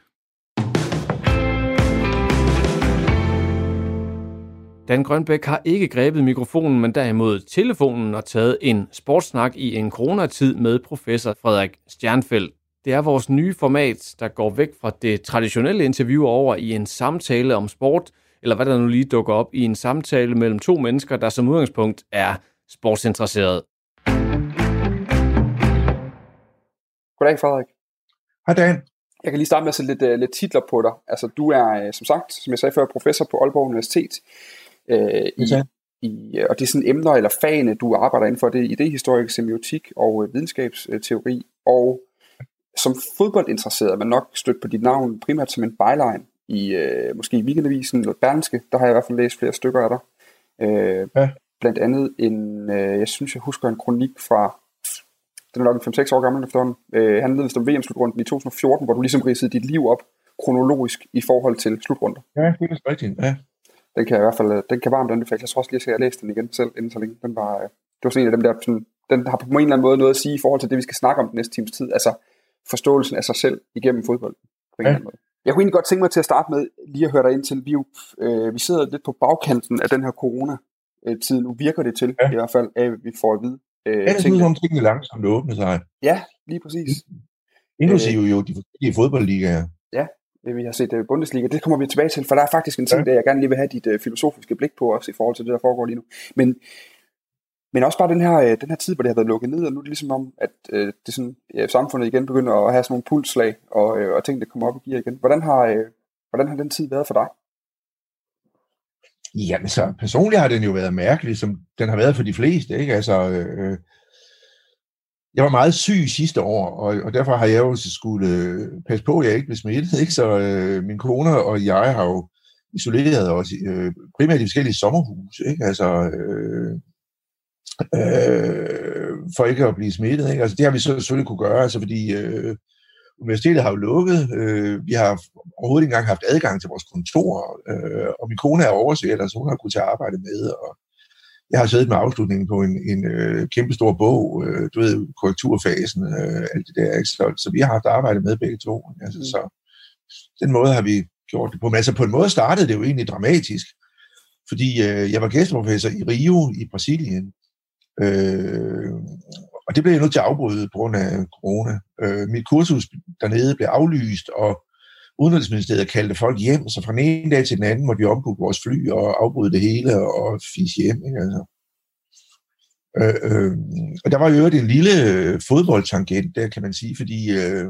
S1: Dan Grønbæk har ikke grebet mikrofonen, men derimod telefonen og taget en sportssnak i en coronatid med professor Frederik Stjernfeldt. Det er vores nye format, der går væk fra det traditionelle interview over i en samtale om sport, eller hvad der nu lige dukker op i en samtale mellem 2 mennesker, der som udgangspunkt er sportsinteresseret.
S12: Goddag, Frederik.
S13: Hej, Dan.
S12: Jeg kan lige starte med at sætte lidt titler på dig. Altså, du er, som sagt, som jeg sagde før, professor på Aalborg Universitet. Og det er sådan emner eller fagene, du arbejder inden for, det er idéhistorik, semiotik og videnskabsteori. Og som fodboldinteresseret, men nok stødt på dit navn primært som en byline i måske i Weekendavisen eller Berlingske. Der har jeg i hvert fald læst flere stykker af dig. blandt andet jeg synes, jeg husker en kronik fra, den er nok 5-6 år gammel efterhånden, handlede vist om VM-slutrunden i 2014, hvor du ligesom ridsede dit liv op kronologisk i forhold til slutrunder.
S13: Ja, det er rigtigt, ja.
S12: Den kan i hvert fald, den kan varmt anbefales. Jeg tror også lige, at jeg læste den igen selv, inden så længe. Det var sådan en af dem der, sådan, den har på en eller anden måde noget at sige i forhold til det, vi skal snakke om den næste times tid. Altså forståelsen af sig selv igennem fodbold. På en eller anden måde. Jeg kunne egentlig godt tænke mig til at starte med lige at høre dig ind til, vi sidder lidt på bagkanten af den her corona-tid. Nu virker det til, i hvert fald, at vi får at vide.
S13: Det er sådan tingene langsomt åbner sig.
S12: Ja, lige præcis.
S13: Inklusive jo de forskellige fodboldligaer.
S12: Ja, vi har set Bundesliga. Det kommer vi tilbage til, for der er faktisk en ting, der jeg gerne lige vil have dit filosofiske blik på også i forhold til det, der foregår lige nu. Men også bare den her tid, hvor det har været lukket ned, og nu er det ligesom om, at det sådan, samfundet igen begynder at have sådan nogle pulsslag, og ting, der kommer op i gear igen. Hvordan har den tid været for dig?
S13: Jamen så personligt har den jo været mærkelig, som den har været for de fleste, ikke? Altså, jeg var meget syg sidste år, og derfor har jeg jo skulle passe på, at jeg ikke blev smittet, ikke? Så min kone og jeg har jo isoleret os primært i forskellige sommerhuse, ikke? Altså, for ikke at blive smittet, ikke? Altså, det har vi så selvfølgelig kunne gøre, altså, fordi universitetet har jo lukket. Vi har overhovedet ikke engang haft adgang til vores kontor, og min kone er oversætter, så hun har kunnet tage arbejde med, og jeg har siddet med afslutningen på en kæmpe stor bog, du ved, korrekturfasen, alt det der, ikke? Så vi har haft arbejde med begge to. Altså, så den måde har vi gjort det på. Men altså, på en måde startede det jo egentlig dramatisk, fordi jeg var gæsteprofessor i Rio i Brasilien, og det blev jeg nødt til at afbryde på grund af corona. Mit kursus dernede blev aflyst, og Udenrigsministeriet kaldte folk hjem, så fra den ene dag til den anden måtte vi ombooke vores fly og afbryde det hele og fise hjem. Ikke? Altså. Og der var jo en lille fodboldtangent, der kan man sige, fordi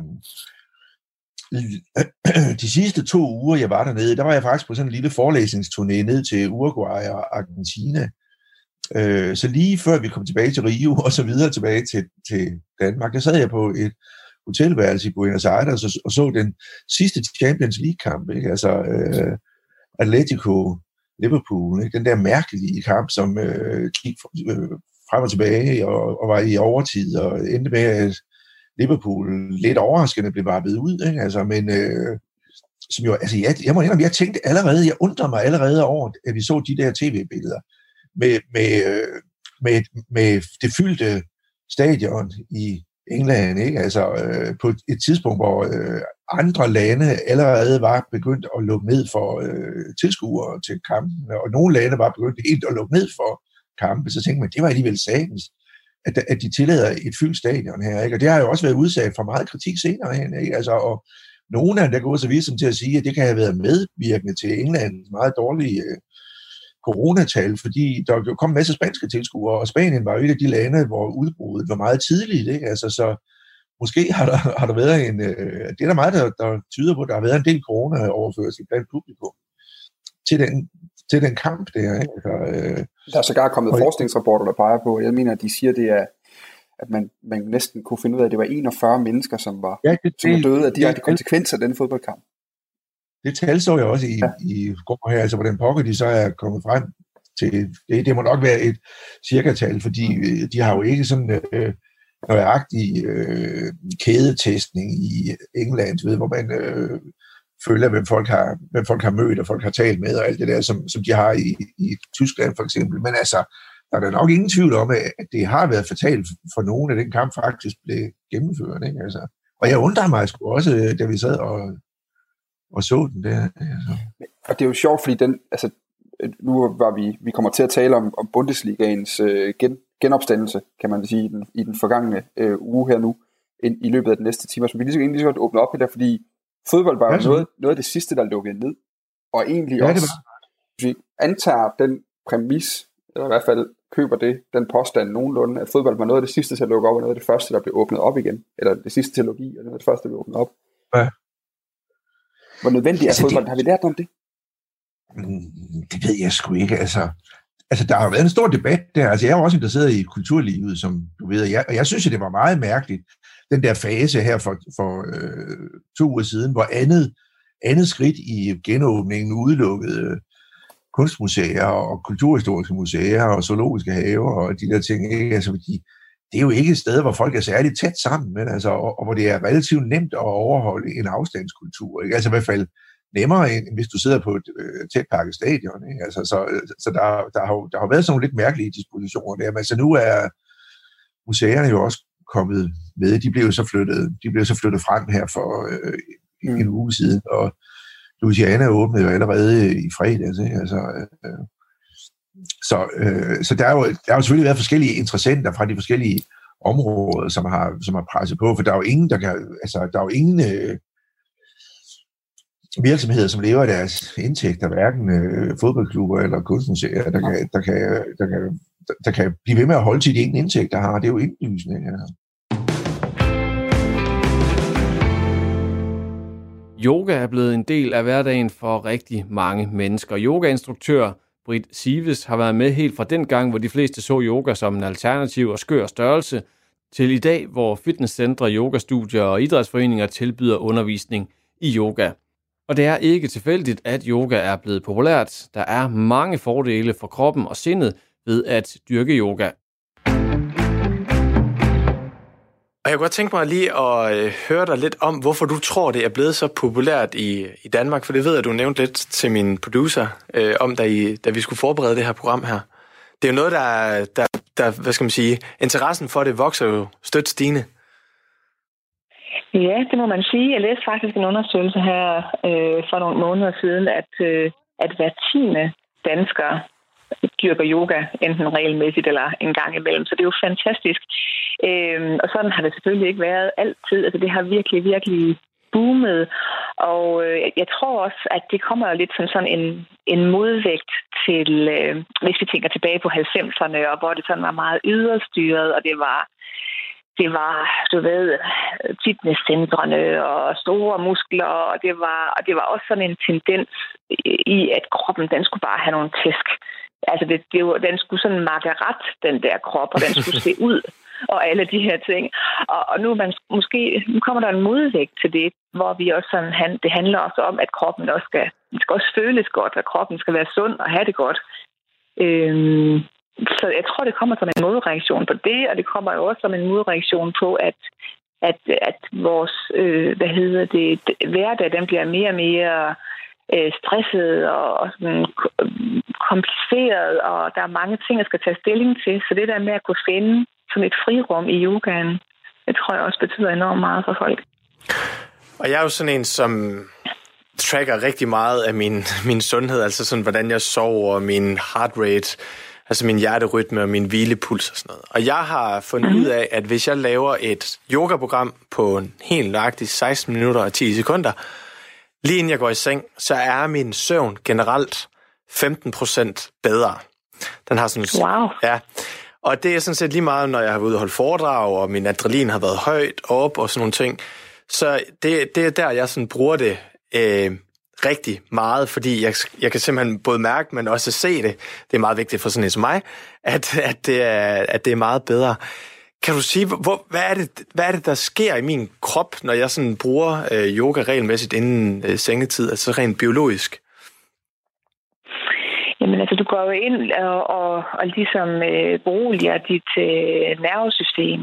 S13: de sidste 2 uger, jeg var dernede, der var jeg faktisk på sådan en lille forelæsningsturné ned til Uruguay og Argentina. Så lige før vi kom tilbage til Rio og så videre tilbage til Danmark, der sad jeg på et hotelværelse i Buenos Aires og så den sidste Champions League-kamp, ikke? Altså Atletico Liverpool, ikke? Den der mærkelige kamp, som gik frem og tilbage og var i overtid og endte med, at Liverpool lidt overraskende blev vippet ud, ikke? Altså, men som jo, altså jeg må indrømme, jeg undrer mig allerede over, at vi så de der tv-billeder med det fyldte stadion i England, ikke? Altså på et tidspunkt, hvor andre lande allerede var begyndt at lukke ned for tilskuere til kampen, og nogle lande var begyndt helt at lukke ned for kampen, så tænkte man, det var alligevel satans, at de tillader et fyldt stadion her, ikke? Og det har jo også været udsat for meget kritik senere hen, ikke? Altså, og nogle af dem, der går så vidt som til at sige, at det kan have været medvirkende til Englands meget dårlige coronatal, fordi der kom en masse spanske tilskuere, og Spanien var jo et af de lande, hvor udbruddet var meget tidligt, ikke? Altså, så måske har der været det er der meget, der tyder på, at der har været en del corona-overførsel blandt publikum til den kamp der, ikke? Altså,
S12: der er sågar kommet forskningsrapporter, der peger på, jeg mener, at de siger, det er, at man næsten kunne finde ud af, at det var 41 mennesker, som var døde af direkte konsekvenser af den fodboldkamp.
S13: Det tal så jeg også i går her, altså hvordan pokker de så er kommet frem til. Det må nok være et cirka-tal, fordi de har jo ikke sådan nøjagtig kædetestning i England, ved, hvor man følger, hvem folk har mødt, og folk har talt med, og alt det der, som de har i Tyskland for eksempel. Men altså, der er ingen tvivl om, at det har været fatalt for nogen, at den kamp faktisk blev gennemført. Ikke? Altså, og jeg undrer mig sgu også, da vi sad og så den der. Altså. Og
S12: det er jo sjovt, fordi nu var vi kommer til at tale om Bundesligaens genopstandelse, kan man sige, i den forgangne uge her nu, i løbet af den næste time. Så vi lige så godt åbne op i det, fordi fodbold var jo noget af det sidste, der lukkede ned. Og egentlig også, hvis vi antager den præmis, eller i hvert fald køber den påstand nogenlunde, at fodbold var noget af det sidste til at lukke op, og noget af det første, der blev åbnet op igen. Eller det sidste til at lukke i, og noget af det første, der blev åbnet op.
S13: Ja.
S12: Hvor nødvendigt er fodbold? Har vi lært om det?
S13: Det ved jeg sgu ikke. Altså, der har været en stor debat der. Altså, jeg er jo også interesseret i kulturlivet, som du ved. Og jeg synes, at det var meget mærkeligt, den der fase her for 2 uger siden, hvor andet skridt i genåbningen udelukkede kunstmuseer og kulturhistoriske museer og zoologiske haver og de der ting, ikke? Altså, det er jo ikke et sted, hvor folk er særligt tæt sammen, men altså, og hvor det er relativt nemt at overholde en afstandskultur, ikke? Altså i hvert fald nemmere, end hvis du sidder på et tæt pakket stadion, ikke? Altså, så der har været sådan nogle lidt mærkelige dispositioner der, men altså nu er museerne jo også kommet med. De blev så flyttet frem her for en uge siden, og Louisiana åbnede jo allerede i fredags, ikke? Altså, så der har jo selvfølgelig været forskellige interessenter fra de forskellige områder, som har presset på, for der er jo ingen, der er jo ingen virksomheder, som lever af deres indtægter, hverken fodboldklubber eller kunstmuseer, der kan blive ved med at holde til de egne indtægter har. Det er jo indlysende. Ja.
S1: Yoga er blevet en del af hverdagen for rigtig mange mennesker. Yogainstruktør Britt Sives har været med helt fra den gang, hvor de fleste så yoga som en alternativ og skør størrelse, til i dag, hvor fitnesscentre, yogastudier og idrætsforeninger tilbyder undervisning i yoga. Og det er ikke tilfældigt, at yoga er blevet populært. Der er mange fordele for kroppen og sindet ved at dyrke yoga.
S14: Og jeg kunne godt tænke mig lige at høre dig lidt om, hvorfor du tror, det er blevet så populært i Danmark. For det ved jeg, du nævnte lidt til min producer om, da vi skulle forberede det her program her. Det er jo noget, der hvad skal man sige, interessen for det vokser jo stødt stigende.
S15: Ja, det må man sige. Jeg læste faktisk en undersøgelse her for nogle måneder siden, at hver 10. dansker dyrker yoga, enten regelmæssigt eller en gang imellem. Så det er jo fantastisk. Og sådan har det selvfølgelig ikke været altid. Altså det har virkelig, virkelig boomet. Og jeg tror også, at det kommer jo lidt som sådan en modvægt til, hvis vi tænker tilbage på 90'erne, og hvor det sådan var meget yderstyret, og det var, du ved, fitnesscentrene og store muskler, og det var også sådan en tendens i, at kroppen, den skulle bare have nogle tæsk. Altså, den skulle sådan makke ret, den der krop, og den skulle se ud, og alle de her ting. Og nu, nu kommer der en modvægt til det, hvor vi også sådan, det handler også om, at kroppen også skal føles godt, og kroppen skal være sund og have det godt. Så jeg tror, det kommer som en modreaktion på det, og det kommer jo også som en modreaktion på, at vores, hverdag, den bliver mere og mere stresset og sådan kompliceret, og der er mange ting, jeg skal tage stilling til. Så det der med at kunne finde sådan et frirum i yogaen, det tror jeg også betyder enormt meget for folk.
S14: Og jeg er jo sådan en, som tracker rigtig meget af min sundhed, altså sådan, hvordan jeg sover, min heart rate, altså min hjerterytme og min hvilepuls og sådan noget. Og jeg har fundet ud af, at hvis jeg laver et yogaprogram på en helt nøjagtig 16 minutter og 10 sekunder, lige inden jeg går i seng, så er min søvn generelt 15% bedre. Den har sådan...
S15: Wow.
S14: Ja. Og det er sådan set lige meget, når jeg har været ude og holde foredrag, og min adrenalin har været højt op og sådan nogle ting. Så det er der, jeg sådan bruger det rigtig meget, fordi jeg kan simpelthen både mærke, men også se det. Det er meget vigtigt for sådan en som mig, at det er meget bedre. Kan du sige, hvad er det, der sker i min krop, når jeg sådan bruger yoga regelmæssigt inden sengetid, altså rent biologisk?
S15: Jamen altså, du går jo ind og ligesom beroliger dit nervesystem,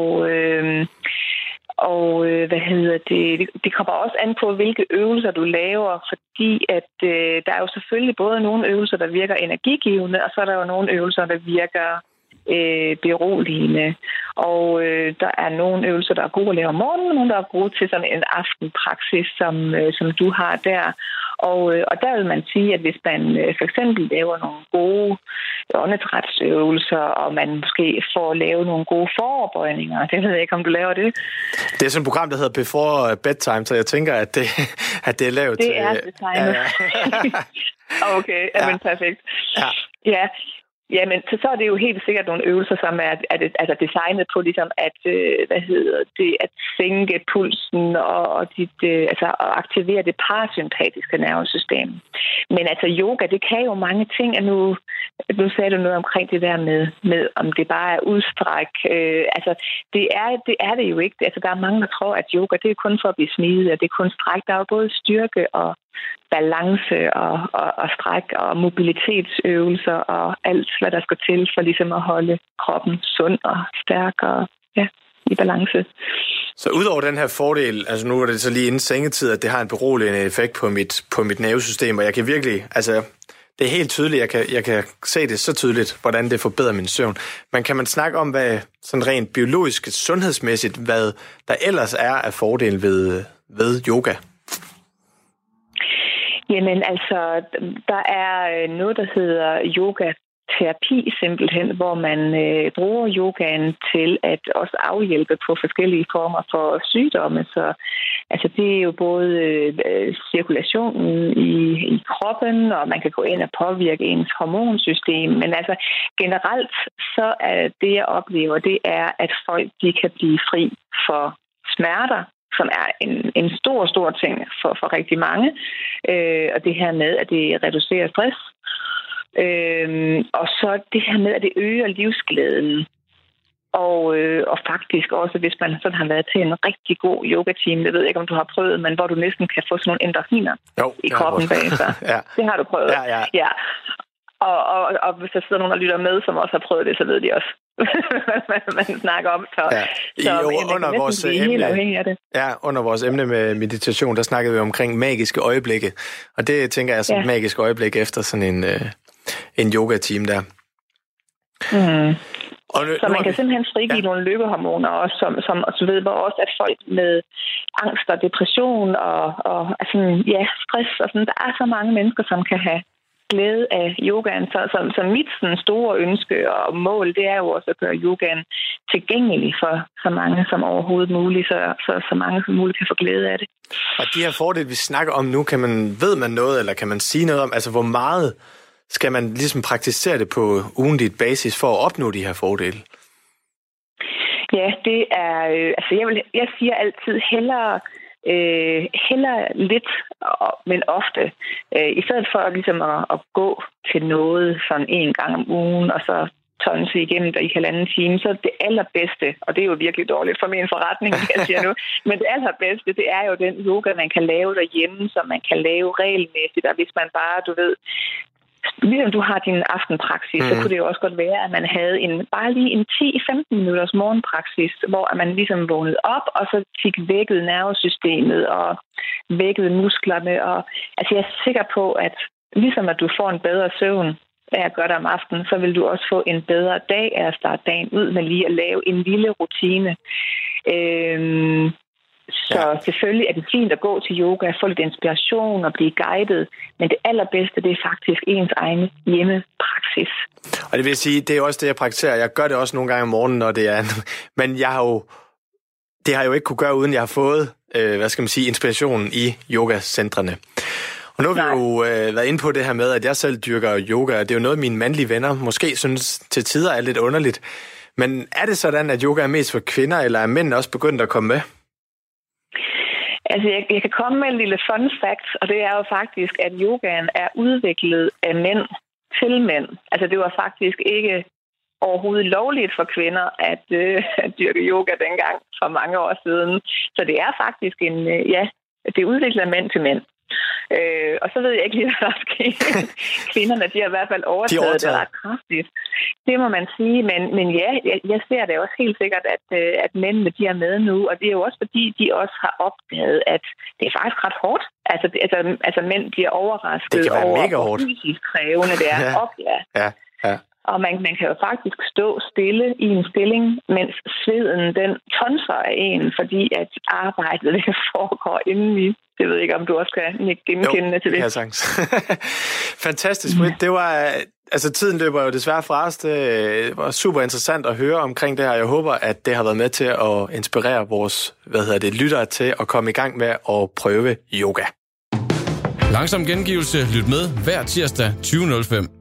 S15: og det kommer også an på, hvilke øvelser du laver, fordi at der er jo selvfølgelig både nogle øvelser, der virker energigivende, og så er der jo nogle øvelser, der virker beroligende. Og der er nogle øvelser, der er gode at lave om morgenen, og nogle, der er gode til sådan en aftenpraksis, som du har der. Og der vil man sige, at hvis man for eksempel laver nogle gode åndedrætsøvelser, og man måske får lavet nogle gode foroverbøjninger, det ved jeg ikke, om du laver det. Det er sådan et program, der hedder Before Bedtime, så jeg tænker, at det er lavet til... Det er designet. Okay, men perfekt. Ja. Ja, men så er det jo helt sikkert nogle øvelser, som er designet på ligesom at at sænke pulsen og at aktivere det parasympatiske nervesystem. Men altså yoga, det kan jo mange ting. Nu sagde du noget omkring det der med om det bare er udstræk. Det er det jo ikke. Altså der er mange, der tror, at yoga det er kun for at blive smidig, og det er kun stræk. Der er jo både styrke og balance og stræk og mobilitetsøvelser og alt, hvad der skal til for ligesom at holde kroppen sund og stærk og i balance.
S14: Så udover den her fordel, altså nu er det så lige inden sengetid, at det har en beroligende effekt på mit nervesystem, og jeg kan virkelig, altså det er helt tydeligt, jeg kan se det så tydeligt, hvordan det forbedrer min søvn. Men kan man snakke om, hvad sådan rent biologisk, sundhedsmæssigt, hvad der ellers er af fordel ved yoga?
S15: Jamen altså, der er noget, der hedder yogaterapi simpelthen, hvor man bruger yogaen til at også afhjælpe på forskellige former for sygdomme. Så altså, det er jo både cirkulationen i kroppen, og man kan gå ind og påvirke ens hormonsystem. Men altså generelt, så er det, jeg oplever, det er, at folk de kan blive fri for smerter, som er en stor ting for rigtig mange. Og det her med, at det reducerer stress. Og så det her med, at det øger livsglæden. Og faktisk også, hvis man sådan har været til en rigtig god yoga-team, det ved jeg ikke, om du har prøvet, men hvor du næsten kan få sådan nogle endorfiner i kroppen bagefter.
S14: Ja.
S15: Det har du prøvet. Ja. Og hvis der sidder nogen, der lytter med, som også har prøvet det, så ved de også, hvad man snakker om. Så
S14: under vores emne, under vores emne med meditation, der snakkede vi omkring magiske øjeblikke. Og det tænker jeg som et magisk øjeblik efter sådan en yoga-team der.
S15: Mm. Så man kan simpelthen frigive nogle lykkehormoner også, som også ved, hvor også at folk med angst og depression og stress og sådan, der er så mange mennesker, som kan have glæde af yogaen. Så mit sådan store ønske og mål, det er jo også at gøre yogaen tilgængelig for så mange som overhovedet muligt, så mange som muligt kan få glæde af det.
S14: Og de her fordele, vi snakker om nu, ved man noget, eller kan man sige noget om, altså hvor meget skal man ligesom praktisere det på ugentlig basis for at opnå de her fordele?
S15: Ja, det er... jeg siger altid hellere lidt, men ofte. I stedet for ligesom at gå til noget sådan en gang om ugen, og så tonse igennem der i 1,5 time, så det allerbedste, og det er jo virkelig dårligt for min forretning, jeg siger nu, men det allerbedste, det er jo den yoga, man kan lave derhjemme, som man kan lave regelmæssigt, og hvis man bare, du ved, ligesom du har din aftenpraksis, så kunne det jo også godt være, at man havde bare lige en 10-15 minutters morgenpraksis, hvor man ligesom vågnede op, og så fik vækket nervesystemet og vækket musklerne. Og altså jeg er sikker på, at ligesom at du får en bedre søvn af at gøre det om aftenen, så vil du også få en bedre dag af at starte dagen ud med lige at lave en lille rutine. Så selvfølgelig er det fint at gå til yoga, få lidt inspiration og blive guidet, men det allerbedste, det er faktisk ens egen hjemmepraksis.
S14: Og det vil sige, det er også det, jeg praktiserer. Jeg gør det også nogle gange om morgenen, når det er... Men det har jeg jo ikke kunne gøre, uden jeg har fået, inspirationen i yogacentrene. Og nu har vi jo været inde på det her med, at jeg selv dyrker yoga, og det er jo noget, mine mandlige venner måske synes til tider er lidt underligt. Men er det sådan, at yoga er mest for kvinder, eller er mænd også begyndt at komme med?
S15: Altså, jeg kan komme med en lille fun fact, og det er jo faktisk, at yogaen er udviklet af mænd til mænd. Altså, det var faktisk ikke overhovedet lovligt for kvinder at dyrke yoga dengang for mange år siden. Så det er faktisk det er udviklet af mænd til mænd. Og så ved jeg ikke lige, hvad der er sket. Kvinderne, de har i hvert fald overtaget det ret kraftigt. Det må man sige, men ja, jeg ser det også helt sikkert, at mændene, de er med nu, og det er jo også fordi, de også har opdaget, at det er faktisk ret hårdt. Altså mænd bliver overrasket over, hvor fysisk krævende det er. Ja. Og man kan jo faktisk stå stille i en stilling, mens sveden den tonser af en, fordi at arbejdet det foregår indeni. Det ved jeg ikke, om du også kan genkende til det.
S14: Jo, sagtens. Fantastisk. Det var... Altså, tiden løber jo desværre fra os. Det var super interessant at høre omkring det her. Jeg håber, at det har været med til at inspirere vores lyttere til at komme i gang med at prøve yoga.
S1: Langsom gengivelse. Lyt med hver tirsdag 20:05.